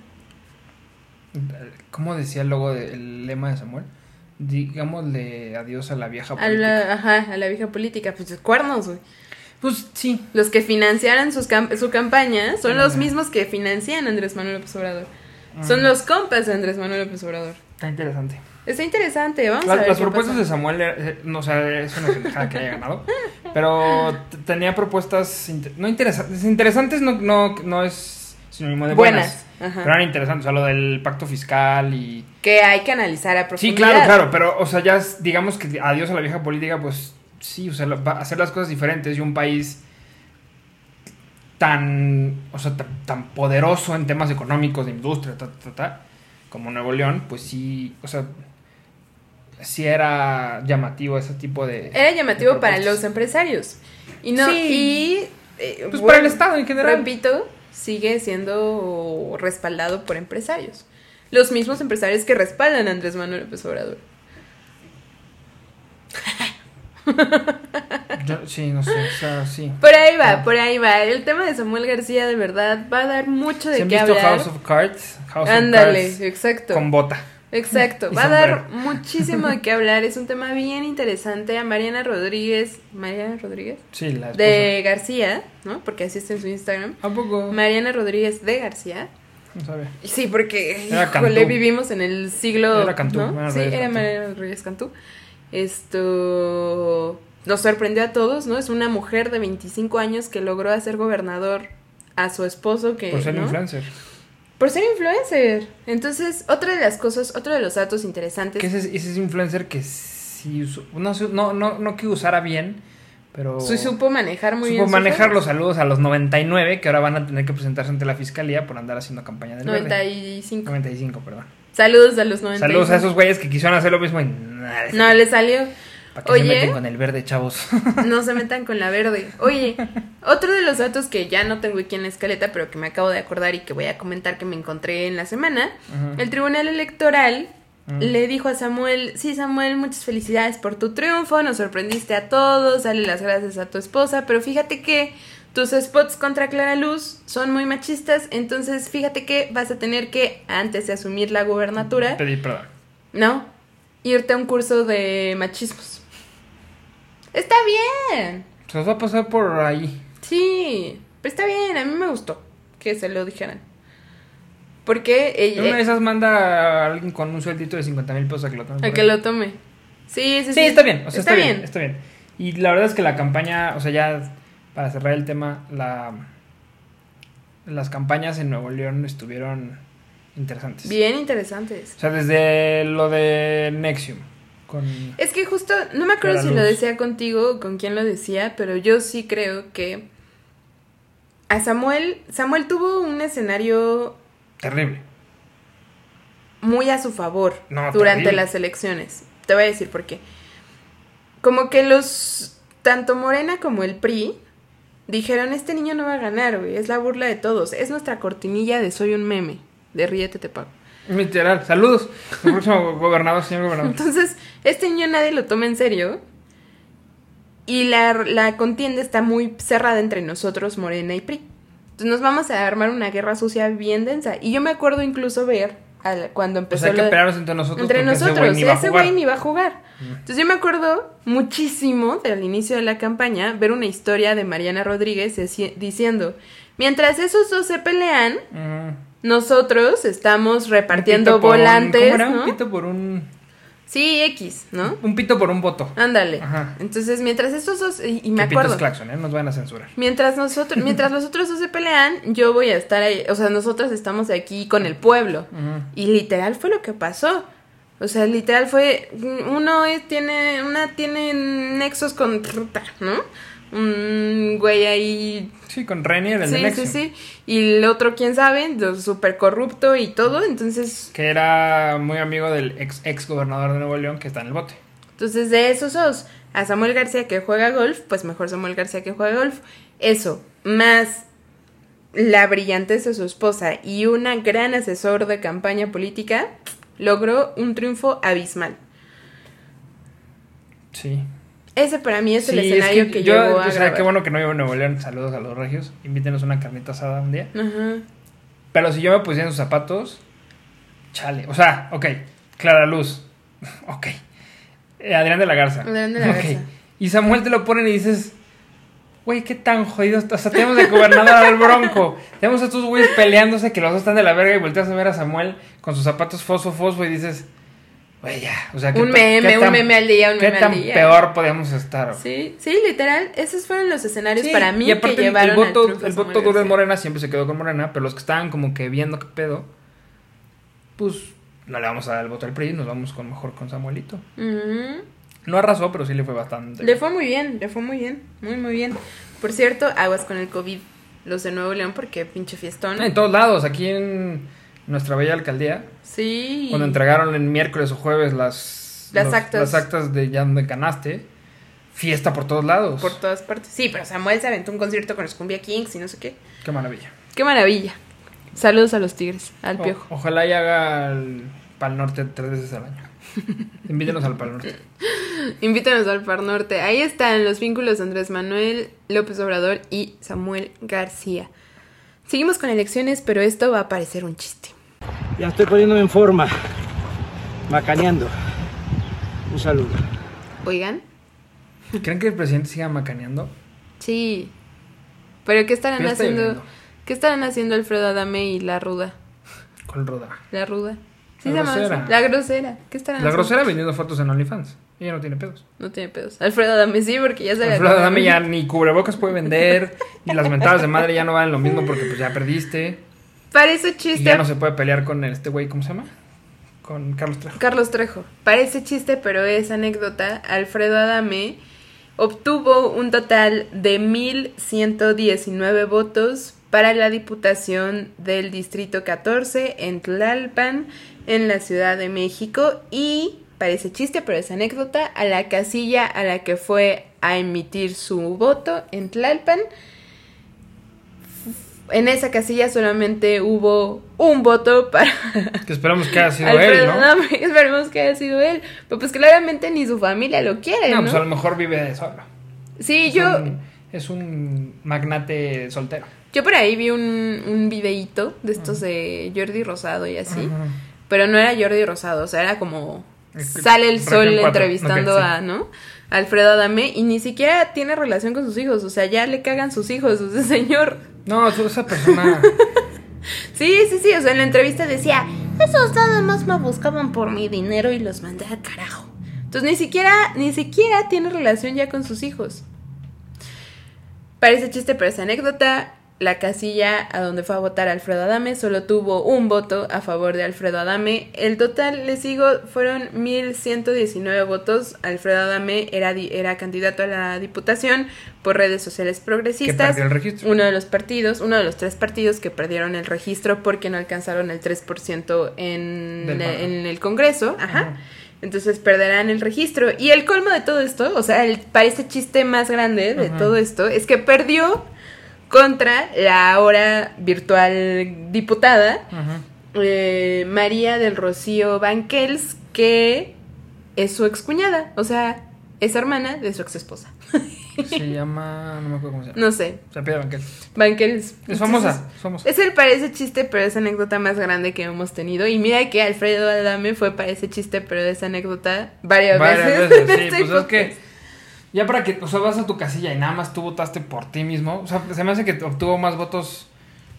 ¿Cómo decía el logo de- el lema de Samuel? Digámosle adiós a la vieja A política. la, ajá, a la vieja política, pues cuernos, güey. Pues sí. Los que financiaran sus cam- su campaña son Sí, los no. mismos que financian a Andrés Manuel López Obrador. Ah. Son los compas de Andrés Manuel López Obrador. Está interesante. Está interesante, vamos a Las, ver las qué propuestas pasa. de Samuel, eh, no, o sea, es una pendejada que haya ganado. Pero t- tenía propuestas inter- no interesantes. Interesantes no, no, no es sinónimo de buenas. Buenas, ajá. Pero eran interesantes. O sea, lo del pacto fiscal y. Que hay que analizar a Sí, profundidad. claro, claro. Pero, o sea, ya es- digamos que adiós a la vieja política, pues sí, o sea, lo- va a hacer las cosas diferentes y un país tan, o sea, tan, tan poderoso en temas económicos, de industria, ta, ta, ta, como Nuevo León, pues sí, o sea, sí era llamativo ese tipo de... Era llamativo de para propuestas. los empresarios. Y no, Sí. y eh, Pues para el Estado en general. Repito, sigue siendo respaldado por empresarios. Los mismos empresarios que respaldan a Andrés Manuel López Obrador. Yo- sí, no sé, o sea, sí. Por ahí va, Ah. por ahí va. El tema de Samuel García, de verdad, va a dar mucho de ¿Se han qué visto hablar. House of Cards? House Ándale, of Cards exacto. con bota. Exacto, Y va a dar sombrero. muchísimo de qué hablar. Es un tema bien interesante. A Mariana Rodríguez, Mariana Rodríguez, Sí, la esposa. de García, ¿no? Porque así está en su Instagram. ¿A poco? Mariana Rodríguez de García. No sabe. Sí, porque Era híjole, Cantú. vivimos en el siglo. Era Cantú, ¿no? Mariana Sí, Rodríguez era Cantú. Mariana Rodríguez Cantú. Esto nos sorprendió a todos, ¿no? Es una mujer de veinticinco años que logró hacer gobernador a su esposo que. Por ser ¿no? influencer. Por ser influencer. Entonces, otra de las cosas, otro de los datos interesantes. Que ese, ese es influencer que sí usó, no, sé, no, no, no que usara bien, pero Su- supo manejar muy supo bien. sus manejar redes. los saludos a los noventa y nueve que ahora van a tener que presentarse ante la fiscalía por andar haciendo campaña del noventa verde. y cinco. noventa y cinco, perdón. Saludos a los noventa y cinco. Saludos a esos güeyes que quisieron hacer lo mismo y nada, les- No, le salió. ¿para qué se Oye. meten con el verde, chavos? No se metan con la verde. Oye, otro de los datos que ya no tengo aquí en la escaleta, pero que me acabo de acordar y que voy a comentar que me encontré en la semana. Ujú. El Tribunal Electoral Ujú. le dijo a Samuel, sí Samuel, muchas felicidades por tu triunfo, nos sorprendiste a todos, dale las gracias a tu esposa, pero fíjate que tus spots contra Clara Luz son muy machistas, entonces fíjate que vas a tener que, antes de asumir la gubernatura, Pedí perdón. no, irte a un curso de machismos. Está bien. Se los va a pasar por ahí. Sí, pero está bien, a mí me gustó que se lo dijeran. Porque ella, Una de esas manda a alguien con un sueldito de cincuenta mil pesos a que lo tome. a que lo tome. Sí, sí, sí. Sí, está bien, o sea, está, está, bien. bien, está bien. Y la verdad es que la campaña, o sea, ya para cerrar el tema, la las campañas en Nuevo León estuvieron interesantes. Bien interesantes. O sea, desde lo de Nexium. Con... Es que justo, no me acuerdo si Luz. lo decía contigo o con quién lo decía, pero yo sí creo que a Samuel, Samuel tuvo un escenario Terrible. muy a su favor No, durante terrible. las elecciones. Te voy a decir por qué. Como que los, tanto Morena como el P R I, dijeron, este niño no va a ganar, güey, es la burla de todos, es nuestra cortinilla de soy un meme, de ríete te pago. Literal. Saludos. El próximo gobernador, señor gobernador. Entonces, este niño nadie lo toma en serio. Y la, la contienda está muy cerrada entre nosotros, Morena y P R I. Entonces nos vamos a armar una guerra sucia bien densa. Y yo me acuerdo incluso ver al, cuando O empezó sea, hay que lo- pelearnos entre nosotros. entre porque nosotros, ese güey ni va a ese jugar. güey ni va a jugar. Entonces yo me acuerdo muchísimo del inicio de la campaña ver una historia de Mariana Rodríguez deci- diciendo, mientras esos dos se pelean, Ujú. nosotros estamos repartiendo Un pito por un- volantes, ¿cómo era? ¿no? Un pito por un... Sí, X, ¿no? Un pito por un voto. Ándale. Ajá. Entonces, mientras estos dos, y, y me Que pito acuerdo, es claxon, ¿eh? Nos van a censurar. mientras nosotros, mientras los otros dos se pelean, yo voy a estar ahí, o sea, nosotros estamos aquí con el pueblo. Ujú. Y literal fue lo que pasó. O sea, literal fue, uno es- tiene, una tiene nexos con, ¿no? Un güey ahí. Sí, con Renier, el de Sí, Nexium. sí, sí. Y el otro, quién sabe, súper corrupto y todo. Entonces, Que era muy amigo del ex, ex gobernador de Nuevo León que está en el bote. entonces de esos dos, a Samuel García que juega golf, pues mejor Samuel García que juega golf. Eso, más la brillantez de su esposa y un gran asesor de campaña política, logró un triunfo abismal. Sí. Ese para mí es el Sí, escenario es que, yo, llevó a o sea, grabar. qué bueno que no vivo en Nuevo León. Saludos a los regios. Invítenos una carnita asada un día. Ajá. Pero si yo me pusiera en sus zapatos, chale. O sea, ok, Clara Luz. Ok. Eh, Adrián de la Garza. Adrián de la Ok. Garza. Y Samuel te lo ponen y dices, güey, qué tan jodido está. O sea, tenemos de gobernador al Bronco. Tenemos a estos güeyes peleándose que los dos están de la verga y volteas a ver a Samuel con sus zapatos fosfo, fosfo y dices, güey, ya. O sea, ¿qué Un ta- meme, qué un tan- meme al día, un ¿Qué meme tan al día. peor podíamos estar? Sí, sí, literal, esos fueron los escenarios Sí, para mí y aparte que el- llevaron el voto, al triunfo el de voto Samuel duro de García. Morena siempre se quedó con Morena, pero los que estaban como que viendo qué pedo, pues no le vamos a dar el voto al P R I, nos vamos con mejor con Samuelito. Ujú. No arrasó, pero sí le fue bastante. Le fue muy bien, le fue muy bien, muy muy bien. Por cierto, aguas con el COVID, los de Nuevo León, porque pinche fiestón. En todos lados, aquí en nuestra bella alcaldía, Sí. cuando entregaron el miércoles o jueves las, Las los- actas. las actas de ya de Canaste, fiesta por todos lados. Por todas partes. Sí, pero Samuel se aventó un concierto con los Cumbia Kings y no sé qué. Qué maravilla. Qué maravilla. Saludos a los Tigres, al O- Piojo. ojalá y haga el Pal Norte tres veces al año. Invítenos al Pal Norte. Invítanos al Par Norte. Ahí están los vínculos de Andrés Manuel, López Obrador y Samuel García. Seguimos con elecciones, pero esto va a parecer un chiste. Ya estoy poniéndome en forma, macaneando. Un saludo. Oigan, ¿Creen que el presidente siga macaneando? sí. Pero ¿qué estarán Ya está haciendo? lloviendo. ¿Qué estarán haciendo Alfredo Adame y la Ruda? ¿Cuál roda? La Ruda. Sí, La se llama grosera. así. La grosera. ¿Qué estarán La haciendo? grosera vendiendo fotos en OnlyFans. Ella no tiene pedos. No tiene pedos. Alfredo Adame sí, porque ya se le Alfredo acabó. Adame ya ni cubrebocas puede vender. Y las mentadas de madre ya no valen lo mismo porque pues ya perdiste. Parece Y chiste. ya no se puede pelear con el- este güey, ¿cómo se llama? Con Carlos Trejo. Carlos Trejo. Parece chiste, pero es anécdota. Alfredo Adame obtuvo un total de mil ciento diecinueve votos para la Diputación del Distrito catorce en Tlalpan, en la Ciudad de México. Y, parece chiste, pero es anécdota, a la casilla a la que fue a emitir su voto en Tlalpan. En esa casilla solamente hubo un voto para Que esperamos que haya sido Alfredo él, ¿no? Adame. Esperemos que haya sido él. Pero pues claramente ni su familia lo quiere, No, ¿no? pues a lo mejor vive de solo. Sí, Es yo, un- es un magnate soltero. yo por ahí vi un, un videíto de estos de Jordi Rosado y así. Ajá. Pero no era Jordi Rosado, o sea, era como Es que- sale el Región sol cuatro. entrevistando Ok, sí. a, ¿no? Alfredo Adame y ni siquiera tiene relación con sus hijos, o sea, ya le cagan sus hijos, o sea, señor. No, esa persona Sí, sí, sí, o sea, en la entrevista decía, esos nada más me buscaban por mi dinero y los mandé al carajo. Entonces ni siquiera, ni siquiera tiene relación ya con sus hijos. Parece chiste, pero es anécdota. La casilla a donde fue a votar Alfredo Adame solo tuvo un voto a favor de Alfredo Adame. El total, les digo, fueron mil ciento diecinueve votos. Alfredo Adame era, era candidato a la diputación por redes sociales progresistas. Que perdió el registro. Uno de los partidos, uno de los tres partidos que perdieron el registro porque no alcanzaron el tres por ciento en, en el Congreso. Ajá. Ajá. Entonces perderán el registro. Y el colmo de todo esto, o sea, el, parece chiste más grande de Ajá. todo esto, es que perdió contra la ahora virtual diputada eh, María del Rocío Banquels, que es su excuñada, o sea, es hermana de su ex esposa. Se llama, no me acuerdo cómo se llama. No sé. Se llama Banquels. Banquels. Es famosa, es famosa. Es el parece chiste, pero es anécdota más grande que hemos tenido. Y mira que Alfredo Adame fue parece chiste, pero es anécdota varias, varias veces. veces. Sí, pues es que ya para que, o sea, vas a tu casilla y nada más tú votaste por ti mismo. O sea, se me hace que obtuvo más votos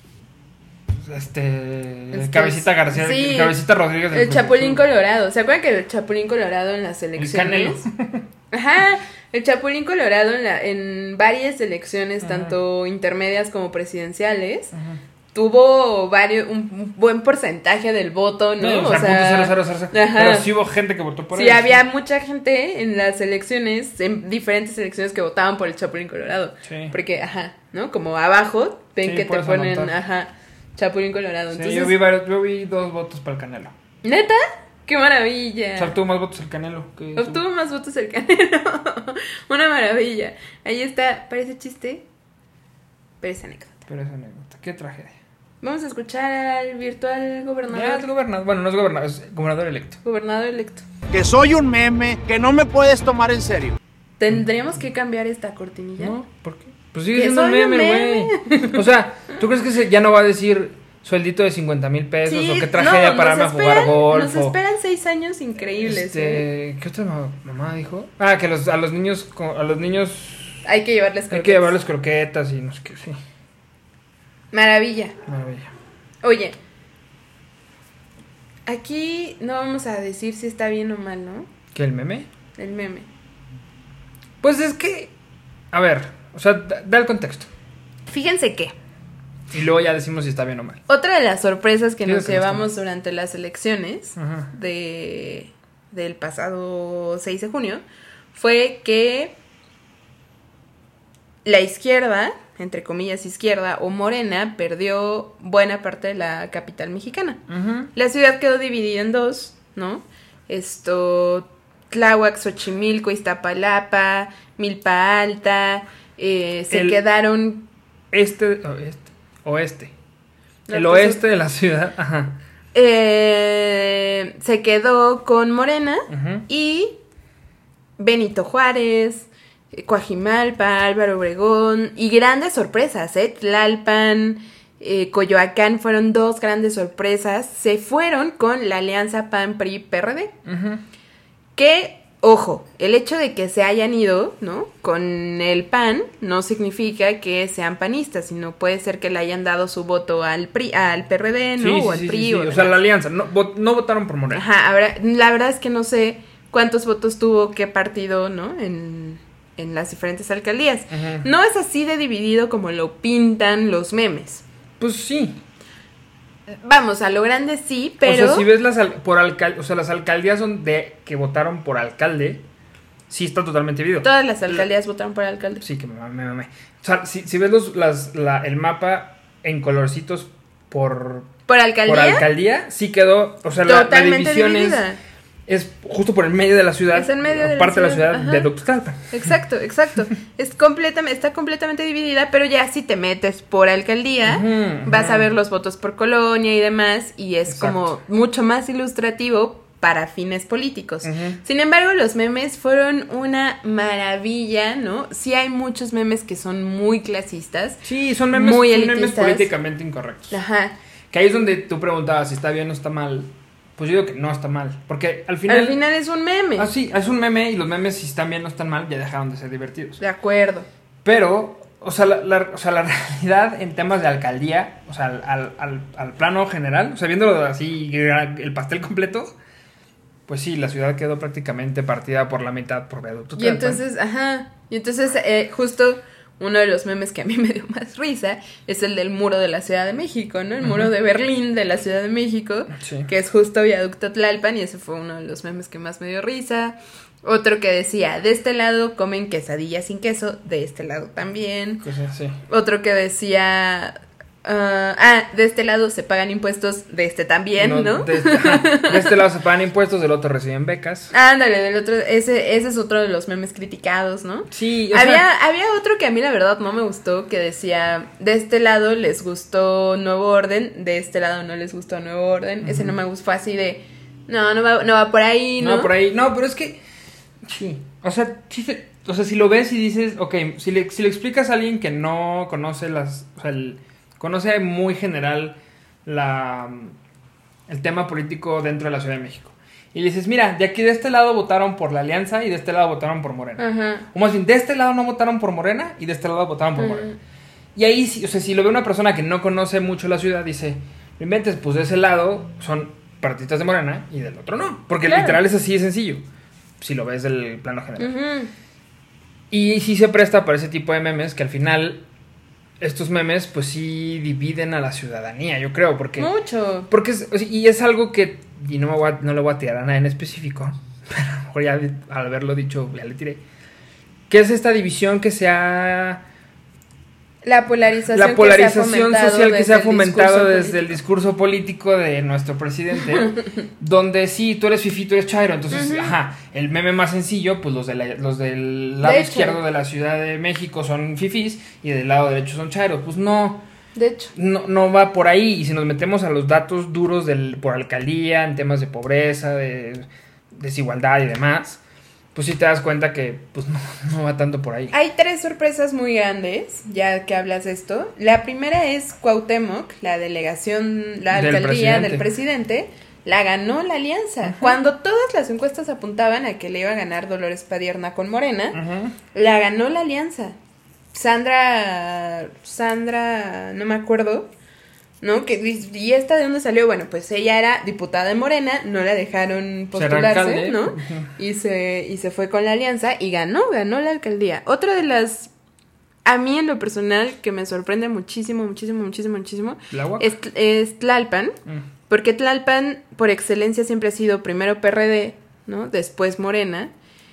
este, este Cabecita García, sí, Cabecita Rodríguez. El Chapulín Colorado. ¿Se acuerdan que el Chapulín Colorado en las elecciones? El Canelo. Ajá, el Chapulín Colorado en, la, en varias elecciones, Ajá. tanto intermedias como presidenciales, Ajá. tuvo varios, un, un buen porcentaje del voto, ¿no? No, o sea, o sea cero, cero, cero, cero. Pero sí hubo gente que votó por sí, él. Sí, había mucha gente en las elecciones, en diferentes elecciones que votaban por el Chapulín Colorado. Sí. Porque, ajá, ¿no? Como abajo, ven sí, que te ponen, anotar. ajá, Chapulín Colorado. Sí, Entonces, yo vi, varios, yo vi dos votos para el Canelo. ¿Neta? ¡Qué maravilla! O sea, obtuvo más votos el Canelo. Que obtuvo más votos el Canelo. Una maravilla. Ahí está, parece chiste, pero es anécdota. Pero es anécdota. Qué tragedia. Vamos a escuchar al virtual gobernador. Ya es gobernador. Bueno, no es gobernador, es gobernador electo. Gobernador electo. Que soy un meme, que no me puedes tomar en serio. ¿Tendríamos que cambiar esta cortinilla? No, ¿por qué? Pues sigue siendo un meme, güey. O sea, ¿tú crees que se, ya no va a decir sueldito de cincuenta mil pesos sí, o qué tragedia no, pararme esperan, a jugar golf? Nos esperan seis años increíbles. Este, ¿eh? ¿Qué otra mamá dijo? Ah, que los, a los niños, a los niños hay que llevarles croquetas. Hay que llevarles croquetas y no sé qué, sí. Maravilla. Maravilla. Oye, aquí no vamos a decir si está bien o mal, ¿no? ¿Qué, el meme? El meme. Pues es que, a ver, o sea, da, da el contexto. Fíjense que. Y luego ya decimos si está bien o mal. Otra de las sorpresas que sí, nos que llevamos no durante las elecciones Ajá. de del pasado seis de junio fue que la izquierda, entre comillas izquierda o Morena, perdió buena parte de la capital mexicana. Uh-huh. La ciudad quedó dividida en dos, ¿no? Esto, Tláhuac, Xochimilco, Iztapalapa, Milpa Alta, eh, se El quedaron... Este, oeste, oeste. El oeste de la ciudad, ajá. Eh, se quedó con Morena uh-huh. y Benito Juárez, Coajimalpa, Álvaro Obregón y grandes sorpresas, ¿eh? Tlalpan, eh, Coyoacán fueron dos grandes sorpresas. Se fueron con la alianza P A N P R I P R D. Uh-huh. Que, ojo, el hecho de que se hayan ido, ¿no? Con el P A N no significa que sean panistas, sino puede ser que le hayan dado su voto al P R I, al P R D, ¿no? Sí, o al sí, P R I. Sí, sí. O, o sea, la alianza. No, vot, no votaron por Morena. Ajá, habrá, la verdad es que no sé cuántos votos tuvo qué partido, ¿no? En, en las diferentes alcaldías. Ajá. No es así de dividido como lo pintan los memes. Pues sí. Vamos, a lo grande sí, pero... O sea, si ves las, al, por alcal, o sea, las alcaldías son de que votaron por alcalde, sí está totalmente dividido. Todas las alcaldías la, votaron por alcalde. Sí, que me mamé, me mamé. O sea, si, si ves los, las, la, el mapa en colorcitos por... ¿Por alcaldía? Por alcaldía, sí quedó... O sea, la, totalmente la división dividida. es... Es justo por el medio de la ciudad. Es en medio de la parte ciudad. de la ciudad Ajá. de Tuxtlalpan. Exacto, exacto. Es completamente, está completamente dividida, pero ya si te metes por alcaldía, uh-huh, vas uh-huh. a ver los votos por colonia y demás, y es exacto. como mucho más ilustrativo para fines políticos. Uh-huh. Sin embargo, los memes fueron una maravilla, ¿no? Sí hay muchos memes que son muy clasistas. Sí, son memes, muy son elitistas. memes políticamente incorrectos. Ajá. Que ahí es donde tú preguntabas si está bien o está mal. Pues yo digo que no está mal, porque al final... Al final es un meme. Ah, sí, es un meme y los memes si están bien o están mal ya dejaron de ser divertidos. De acuerdo. Pero o sea, la, la, o sea, la realidad en temas de alcaldía, o sea, al, al, al plano general, o sea, viéndolo así, el pastel completo, pues sí, la ciudad quedó prácticamente partida por la mitad por Viaducto Y entonces, ajá, y entonces eh, justo uno de los memes que a mí me dio más risa es el del muro de la Ciudad de México, ¿no? El uh-huh. muro de Berlín de la Ciudad de México, sí. que es justo Viaducto Tlalpan, y ese fue uno de los memes que más me dio risa. Otro que decía, de este lado comen quesadillas sin queso, de este lado también. Pues sí. Otro que decía, uh, ah, de este lado se pagan impuestos, de este también, ¿no? ¿no? De, ajá, de este lado se pagan impuestos, del otro reciben becas. Ándale, del otro, ese, ese es otro de los memes criticados, ¿no? Sí, o había, sea, había otro que a mí la verdad no me gustó, que decía, de este lado les gustó Nuevo Orden, de este lado no les gustó Nuevo Orden. Uh-huh. Ese no me gustó, fue así de, no, no va, no va por ahí, ¿no? No va por ahí, no, pero es que... Sí, o sea, sí se, o sea, si lo ves y dices, ok, si le, si le explicas a alguien que no conoce las, o sea, el, conoce muy general la, el tema político dentro de la Ciudad de México, y le dices, mira, de aquí de este lado votaron por la Alianza y de este lado votaron por Morena. Ajá. O más bien, de este lado no votaron por Morena y de este lado votaron por uh-huh. Morena. Y ahí, o sea, si lo ve una persona que no conoce mucho la ciudad, dice, no inventes, pues de ese lado son partidistas de Morena y del otro no, porque claro. literal es así de sencillo. Si lo ves del plano general. Uh-huh. Y sí se presta para ese tipo de memes que al final estos memes pues sí dividen a la ciudadanía, yo creo, porque mucho. Porque es, y es algo que y no me voy a, no le voy a tirar a nada en específico, pero a lo mejor ya al haberlo dicho ya le tiré. Que es esta división que se ha La polarización, la polarización que se social que se ha fomentado desde el discurso político de nuestro presidente, donde sí, tú eres fifí, tú eres chairo, entonces, uh-huh. ajá, el meme más sencillo, pues los, de la, los del lado de izquierdo de la Ciudad de México son fifís y del lado derecho son chairos, pues no, de hecho, no, no va por ahí. Y si nos metemos a los datos duros del, por alcaldía, en temas de pobreza, de desigualdad y demás, pues sí te das cuenta que pues no, no va tanto por ahí. Hay tres sorpresas muy grandes, ya que hablas de esto. La primera es Cuauhtémoc, la delegación, la del alcaldía presidente. del presidente, la ganó la Alianza. Uh-huh. Cuando todas las encuestas apuntaban a que le iba a ganar Dolores Padierna con Morena, uh-huh. la ganó la Alianza. Sandra, Sandra, no me acuerdo, ¿no? Que, ¿y esta de dónde salió? Bueno, pues ella era diputada de Morena, no la dejaron postularse, ¿no? Uh-huh. Y se y se fue con la Alianza y ganó, ganó la alcaldía. Otra de las, a mí en lo personal, que me sorprende muchísimo, muchísimo, muchísimo, muchísimo, es, es Tlalpan, uh-huh. porque Tlalpan, por excelencia, siempre ha sido primero P R D, ¿no? Después Morena,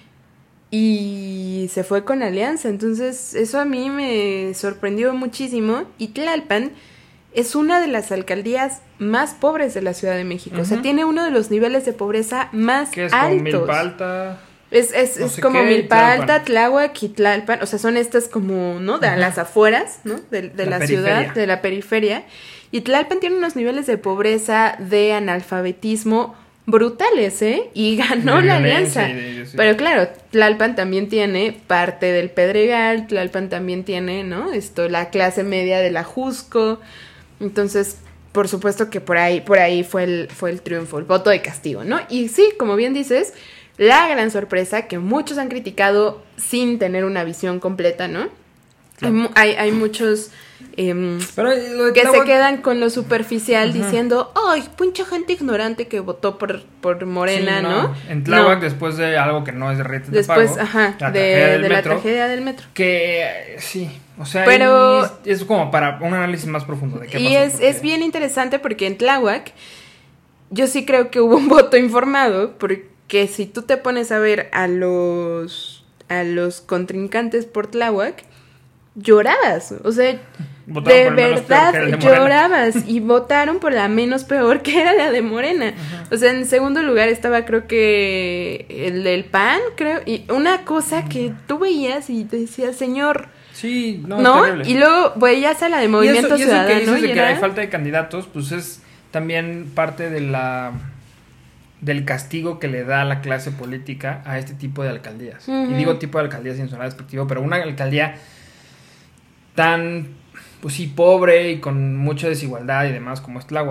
y se fue con la Alianza. Entonces, eso a mí me sorprendió muchísimo. Y Tlalpan es una de las alcaldías más pobres de la Ciudad de México. Uh-huh. O sea, tiene uno de los niveles de pobreza más ¿Qué es altos. Como Milpa Alta? Es, es, no es como qué, Milpa Alta, Tláhuac y Tlalpan. O sea, son estas como, ¿no? De uh-huh. las afueras, ¿no? De, de la, la ciudad, de la periferia. Y Tlalpan tiene unos niveles de pobreza, de analfabetismo brutales, ¿eh? Y ganó la Alianza. Sí, sí. Pero claro, Tlalpan también tiene parte del Pedregal, Tlalpan también tiene, ¿no? Esto, la clase media de la Jusco. Entonces, por supuesto que por ahí, por ahí fue el, fue el triunfo, el voto de castigo, ¿no? Y sí, como bien dices, la gran sorpresa que muchos han criticado sin tener una visión completa, ¿no? Claro. Hay, hay, hay muchos eh, Pero lo de que Tláhuac... se quedan con lo superficial, uh-huh. diciendo, ¡ay, pinche gente ignorante que votó por, por Morena!, sí, ¿no? ¿no? En Tláhuac, no. Después de algo que no es de redes de Después, pago, ajá, la de, tragedia de la tragedia del metro. Que, sí, o sea, Pero, es, es como para un análisis más profundo de qué y pasó. Y es, es bien interesante porque en Tláhuac, yo sí creo que hubo un voto informado, porque si tú te pones a ver a los, a los contrincantes por Tláhuac, llorabas, o sea, votaron de verdad de llorabas y votaron por la menos peor, que era la de Morena. Uh-huh. O sea, en segundo lugar estaba, creo que el del P A N, creo, y una cosa que tú veías y te decías, señor, sí, no, ¿no? Y luego veías a la de Movimiento y eso, Ciudadano. Y eso que dices y de era... que hay falta de candidatos, pues es también parte de la del castigo que le da a la clase política a este tipo de alcaldías. Uh-huh. Y digo tipo de alcaldías sin sonar despectivo, pero una alcaldía tan, pues sí, pobre y con mucha desigualdad y demás como es Tláhuac,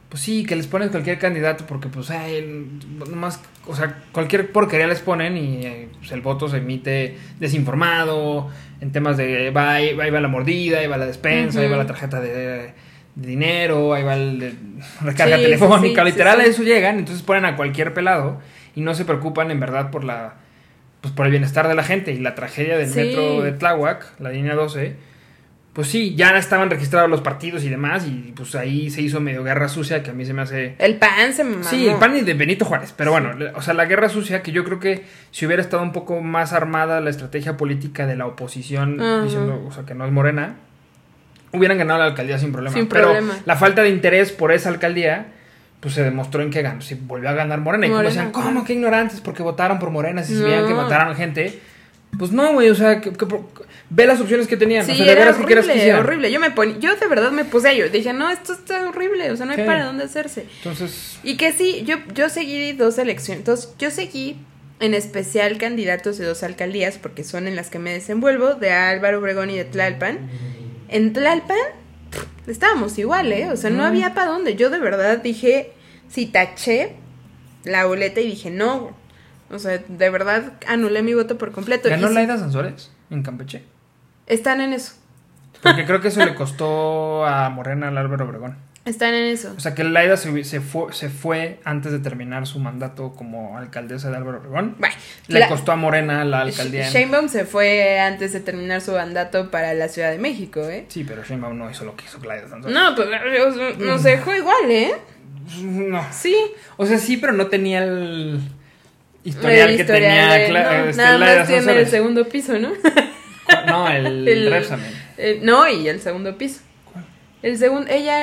pues sí, que les pones cualquier candidato porque pues ay, nomás, o sea, cualquier porquería les ponen y eh, pues, el voto se emite desinformado en temas de va, ahí va la mordida, ahí va la despensa, uh-huh. ahí va la tarjeta de, de dinero, ahí va el de recarga sí, telefónica, sí, sí, literal sí, sí. a eso llegan, entonces ponen a cualquier pelado y no se preocupan en verdad por la pues por el bienestar de la gente. Y la tragedia del sí. metro de Tláhuac, la línea doce, pues sí, ya estaban registrados los partidos y demás, y pues ahí se hizo medio guerra sucia, que a mí se me hace... El P A N se mamó. Sí, el P A N y de Benito Juárez, pero bueno, o sea, la guerra sucia, que yo creo que si hubiera estado un poco más armada la estrategia política de la oposición, uh-huh. diciendo, o sea, que no es Morena, hubieran ganado la alcaldía sin problema. Sin pero problema. La falta de interés por esa alcaldía, pues se demostró en que ganó, si volvió a ganar Morena, y Morena, como decían, ¿cómo? Claro. Qué ignorantes, porque votaron por Morena, si no. se veían que mataron gente... Pues no, güey, o sea, que, que, ve las opciones que tenían. Sí, o sea, de era veras horrible, que quieras que horrible. Yo me pon... yo de verdad me puse a ello. Dije, no, esto está horrible, o sea, no hay sí. para dónde hacerse. Entonces... Y que sí, yo, yo seguí dos elecciones. Entonces, yo seguí en especial candidatos de dos alcaldías, porque son en las que me desenvuelvo, de Álvaro Obregón y de Tlalpan. En Tlalpan, pff, estábamos igual, ¿eh? O sea, no mm. había para dónde. Yo de verdad dije, sí, taché la boleta y dije, no, o sea, de verdad anulé mi voto por completo. ¿Ganó y Laida Sansores en Campeche? Están en eso. Porque creo que eso le costó a Morena al Álvaro Obregón. Están en eso. O sea, que Laida se, se, fue, se fue antes de terminar su mandato como alcaldesa de Álvaro Obregón. Bueno, le la, costó a Morena la alcaldía. Sheinbaum se fue antes de terminar su mandato para la Ciudad de México, ¿eh? Sí, pero Sheinbaum no hizo lo que hizo Laida Sansores. No, pues nos dejó igual, ¿eh? No. Sí. O sea, sí, pero no tenía el historial, el que historial tenía de, Cla- no, este, nada Laida más tiene Sansores. el segundo piso, ¿no? No, el, el Repsamen. Eh, no, y el segundo piso. ¿Cuál? El segundo, ella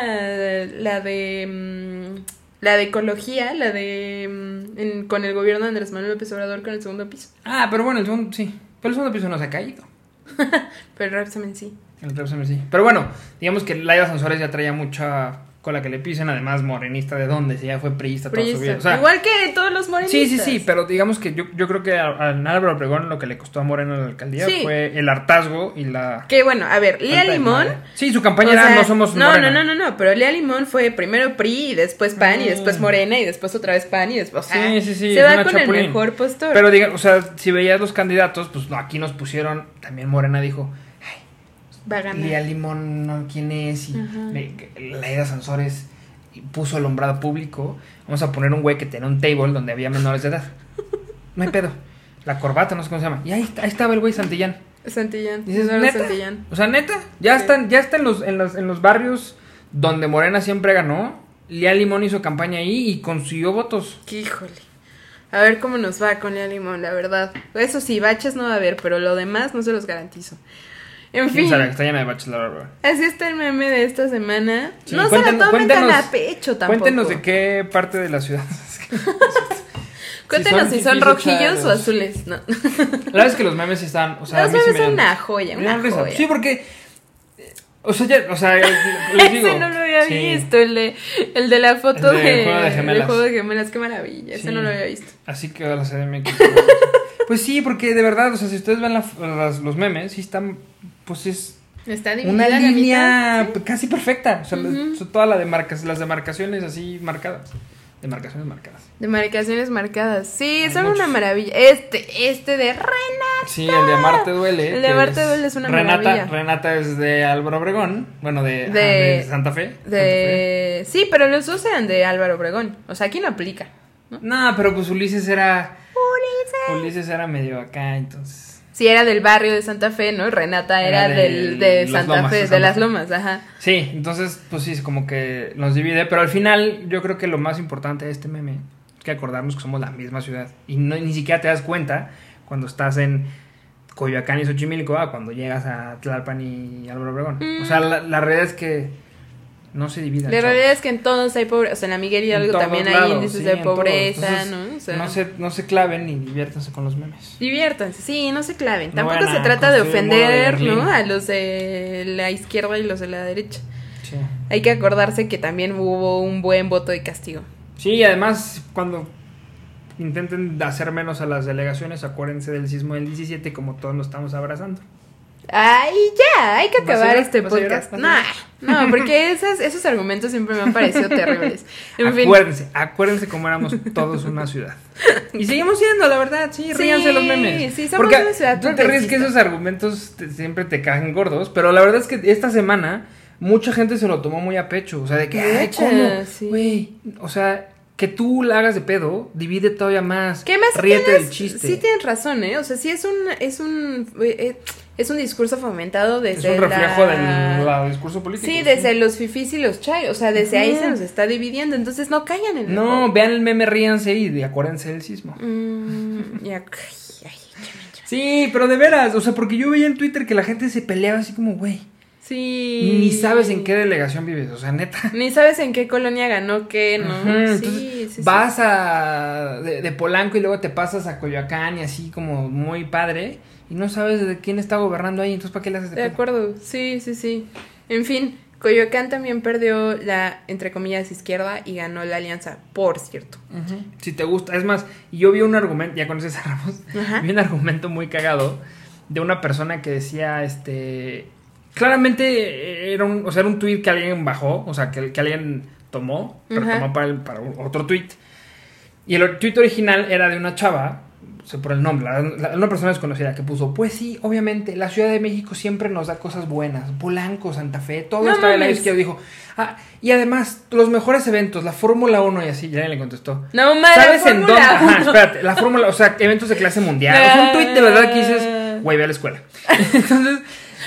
era la de mmm, la de ecología, la de mmm, en, con el gobierno de Andrés Manuel López Obrador con el segundo piso. Ah, pero bueno, el segundo, sí. Pero el segundo piso no se ha caído. Pero el Repsamen sí. El Repsamen sí. Pero bueno, digamos que Laida Sansores ya traía mucha cola que le pisen, además morenista de dónde, si ya fue priista toda su vida. O sea, igual que todos los morenistas. Sí, sí, sí, pero digamos que yo, yo creo que a, a Álvaro Obregón lo que le costó a Morena la alcaldía sí. fue el hartazgo y la... Que bueno, a ver, Lía Limón... Sí, su campaña era no somos no, Morena. No, no, no, no, pero Lía Limón fue primero P R I y después P A N mm. y después Morena y después otra vez P A N y después... O sea, sí, sí, sí, se va con chapulín. El mejor postor. Pero diga, o sea, si veías los candidatos, pues no, aquí nos pusieron, también Morena dijo... Va a ganar. Lía Limón, ¿no? ¿Quién es? Y uh-huh. Laida Sansores... puso alumbrado público, vamos a poner un güey que tenía un table donde había menores de edad. No hay pedo. La corbata, no sé cómo se llama. Y ahí, ahí estaba el güey Santillán. Santillán. Y dices, ¿neta? Santillán. O sea, neta, ya sí. están, ya están en los, en los, en los barrios donde Morena siempre ganó. Lía Limón hizo campaña ahí y consiguió votos. Híjole. A ver cómo nos va con Lía Limón, la verdad. Eso sí, baches no va a haber, pero lo demás no se los garantizo. En fin. Sabe, está llena de baches, la verdad. Así está el meme de esta semana. Sí, no se la tomen tan a pecho tampoco. Cuéntenos de qué parte de la ciudad. Cuéntenos si son, si son rojillos o azules. No. La verdad es que los memes están. O sea, los memes sí son una joya, una risa. joya. Sí, porque. O sea, ya, o sea, les digo. Ese no lo había sí. visto, el de, el de la foto el de, de, juego de gemelas. El juego de gemelas, qué maravilla. Ese sí. no lo había visto. Así que la C D M X. Pues sí, porque de verdad, o sea, si ustedes ven la, las, los memes, sí están, pues es Está una línea mitad, ¿sí? casi perfecta. O sea, uh-huh. todas la demarca- las demarcaciones así marcadas. Demarcaciones marcadas. Demarcaciones marcadas. Sí, Hay son muchos. una maravilla. Este, este de Renata. Sí, el de Amarte Duele. El de Amarte Duele es una Renata, maravilla. Renata es de Álvaro Obregón. Bueno, de, de, ah, de Santa Fe. De... Santa Fe. Sí, pero los dos eran de Álvaro Obregón. O sea, aquí no aplica. No, no pero pues Ulises era... Ulises. Ulises era medio acá, entonces... Sí, era del barrio de Santa Fe, ¿no? Renata era, era de, del, de Santa Lomas, Fe, de, Santa de las Fe. Lomas, ajá. Sí, entonces, pues sí, como que nos divide. Pero al final, yo creo que lo más importante de este meme es que acordarnos que somos la misma ciudad. Y no, ni siquiera te das cuenta cuando estás en Coyoacán y Xochimilco, ah, cuando llegas a Tlalpan y Álvaro Obregón. Mm. O sea, la, la realidad es que no se dividen. La realidad es que en todos hay pobreza. O sea, en la Miguel Hidalgo también hay lados, índices sí, de pobreza, Entonces, ¿no? O sea, no, se, no se claven ni diviértanse con los memes. Diviértanse, sí, no se claven. No Tampoco se trata de ofender, de ¿no? A los de la izquierda y los de la derecha. Sí. Hay que acordarse que también hubo un buen voto de castigo. Sí, además, cuando intenten hacer menos a las delegaciones, acuérdense del sismo del diecisiete, como todos nos estamos abrazando. Ay, ya, hay que ¿Vas a acabar llorar? este ¿Vas a llorar? podcast. ¿Vas a No, llorar? no, porque esas, esos argumentos siempre me han parecido terribles. En fin. Acuérdense, acuérdense cómo éramos todos una ciudad. Y seguimos siendo, la verdad, sí, ríanse los memes. Sí, somos Porque una ciudad tú te ríes que progresista. esos argumentos te- siempre te caen gordos, pero la verdad es que esta semana mucha gente se lo tomó muy a pecho, o sea, de que, De ay, hecho, ¿cómo? sí. Güey, o sea, que tú la hagas de pedo, divide todavía más. ¿Qué más Ríete tienes? del chiste. Sí tienes razón, ¿eh? O sea, sí es un es un eh, es un discurso fomentado Es desde un reflejo la... del la discurso político. Sí, desde los fifís y los chai, o sea, desde ahí se nos está dividiendo, entonces no caigan en el No, juego. vean el meme, ríanse y de- acuérdense del sismo. Mm, ya, ay, ay, Sí, pero de veras, o sea, porque yo veía en Twitter que la gente se peleaba así como, güey, sí. ni sabes en qué delegación vives, o sea, neta. Ni sabes en qué colonia ganó qué, ¿no? Ujú, sí, entonces, sí, sí. vas a de, de Polanco y luego te pasas a Coyoacán y así como muy padre y no sabes de quién está gobernando ahí, entonces ¿para qué le haces de De pedo? acuerdo, sí, sí, sí. En fin, Coyoacán también perdió la, entre comillas, izquierda y ganó la alianza, por cierto. Ujú. Si te gusta, es más, yo vi un argumento, ya con ese cerramos, Ajá. vi un argumento muy cagado de una persona que decía, este, claramente era un, o sea, era un tweet que alguien bajó, o sea, que, que alguien tomó, pero Ajá. tomó para, el- para otro tweet. Y el tweet original era de una chava, no sé por el nombre, la- la- una persona desconocida que puso, pues sí, obviamente, la Ciudad de México siempre nos da cosas buenas, Polanco, Santa Fe, todo No está del lado mames. izquierdo. Dijo, ah, y además, los mejores eventos, la Fórmula uno y así, ya le contestó. No mames, ¿Sabes en dónde? Fórmula Ajá, uno. espérate, la Fórmula, o sea, eventos de clase mundial. O sea, un tweet de verdad que dices, güey, ve a la escuela. Entonces,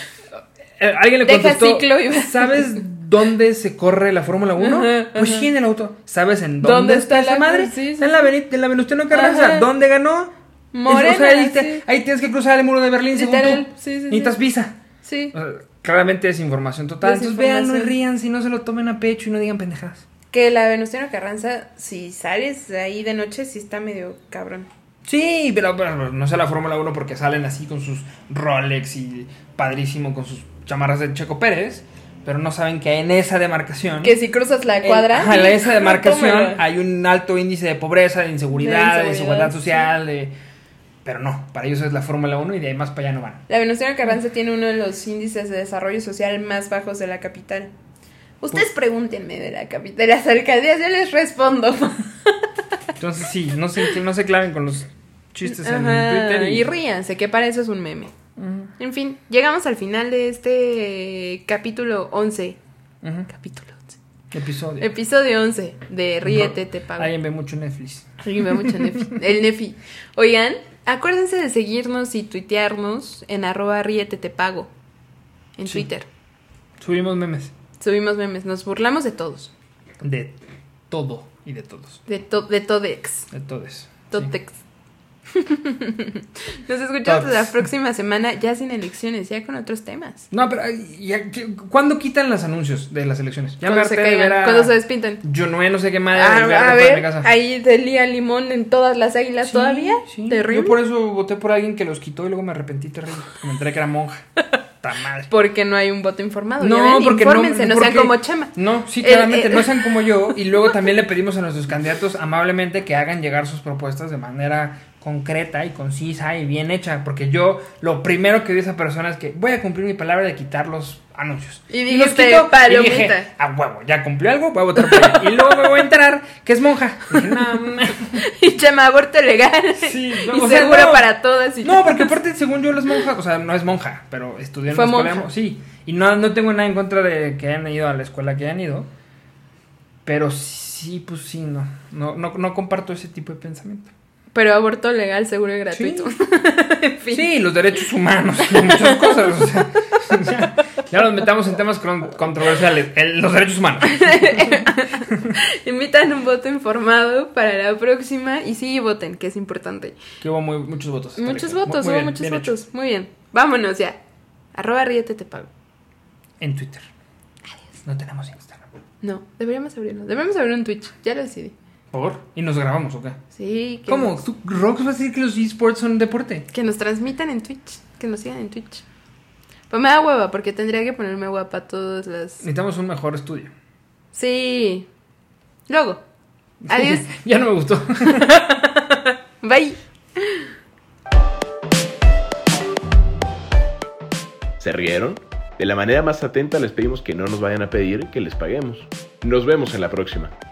eh, alguien le Deja contestó, ciclo y ve. ¿sabes dónde se corre la Fórmula uno? Ajá, Pues ajá. sí, en el auto. ¿Sabes en dónde, ¿Dónde está está esa la- madre? sí, sí, Está en la, aveni- en la Venustiano Carranza. Ajá. ¿Dónde ganó? Morena, Es- o sea, ahí, te- sí. ahí tienes que cruzar el muro de Berlín, según Literal, tú. sí, sí, Necesitas sí. visa. Sí. O sea, claramente es información total. Entonces Desinformación. véanlo y rían, si no se lo tomen a pecho y no digan pendejadas. Que la Venustiano Carranza, si sales de ahí de noche, sí está medio cabrón. Sí, pero, pero no sé la Fórmula uno porque salen así con sus Rolex y padrísimo con sus chamarras de Checo Pérez, pero no saben que en esa demarcación, Que si cruzas la en- cuadra. ajá, en esa demarcación tómala. hay un alto índice de pobreza, de inseguridad, de, De desigualdad inseguridad, social, de... pero no, para ellos es la Fórmula uno y de ahí más para allá no van. La Venustiano Carranza tiene uno de los índices de desarrollo social más bajos de la capital. Ustedes Pues- pregúntenme de la capital, de las alcaldías, yo les respondo. Entonces sí, no se, no se claven con los chistes en Ajá, Twitter y, y ríanse, que para eso es un meme. Ujú, En fin, llegamos al final de este capítulo once. ujú. Capítulo once. Episodio. Episodio once de Ríete, te pago. Alguien ve mucho Netflix. Alguien ve mucho Nefi. El Nefi. Oigan, acuérdense de seguirnos y tuitearnos en arroba Ríete, te pago. En Sí. Twitter. Subimos memes Subimos memes, nos burlamos de todos. de todo y de todos. De, to de Todex. De todos. Totex. Nos escuchamos Todos. la próxima semana, ya sin elecciones, ya con otros temas. No, pero ay, ya, ¿qué- ¿cuándo quitan los anuncios de las elecciones? Ya me Cuando se harté de caigan, ver a... cuando se despintan. Yo no, no sé qué madre. Ah, de a de mi ver, casa. ahí de Lía Limón en todas las águilas Sí, todavía. sí. Terrible. Yo por eso voté por alguien que los quitó y luego me arrepentí terrible. porque Me enteré que era monja. Ta madre. Porque no hay un voto informado. No, ya ven, porque infórmense, no, porque- sean como Chema. No, sí, El- claramente, el- no sean como yo. Y luego también le pedimos a nuestros candidatos amablemente que hagan llegar sus propuestas de manera concreta y concisa y bien hecha. Porque yo, lo primero que vi a esa persona es que voy a cumplir mi palabra de quitar los anuncios. Y los dijiste, quito, y palomita. dije, a huevo, ya cumplió algo, voy a votar por ella. Y luego me voy a enterar que es monja. Dije, no, no. Y Chema, aborto legal. Sí, no, y o sea, seguro no. para todas. Y No, porque aparte, según yo, las monjas, o sea, no es monja, pero estudió en Fue la escuela. monja. de- Sí, y no, no tengo nada en contra de que hayan ido a la escuela que hayan ido, pero sí, pues sí, no, no, no, no comparto ese tipo de pensamiento. Pero aborto legal, seguro y gratuito. En fin. Sí, los derechos humanos y muchas cosas, o sea, ya, ya nos metamos en temas con- controversiales, el- los derechos humanos. Invitan un voto informado para la próxima. Y sí, voten, que es importante. Que hubo muy, muchos votos. Muchos Muy- votos, muy hubo bien, muchos bien hecho. votos. Muy bien. Vámonos ya. Arroba Ríete, te pago. En Twitter. Adiós. No tenemos Instagram. No, deberíamos abrirlo. Deberíamos abrir un Twitch. Ya lo decidí. ¿Por? ¿Y nos grabamos o qué? Sí. Que ¿Cómo? Nos, ¿Tú, Rox, vas a decir que los esports son deporte? que nos transmitan en Twitch. Que nos sigan en Twitch. Pues me da hueva porque tendría que ponerme guapa todas las... Necesitamos un mejor estudio. Sí. Luego. Adiós. Ya no me gustó. Bye. ¿Se rieron? De la manera más atenta les pedimos que no nos vayan a pedir que les paguemos. Nos vemos en la próxima.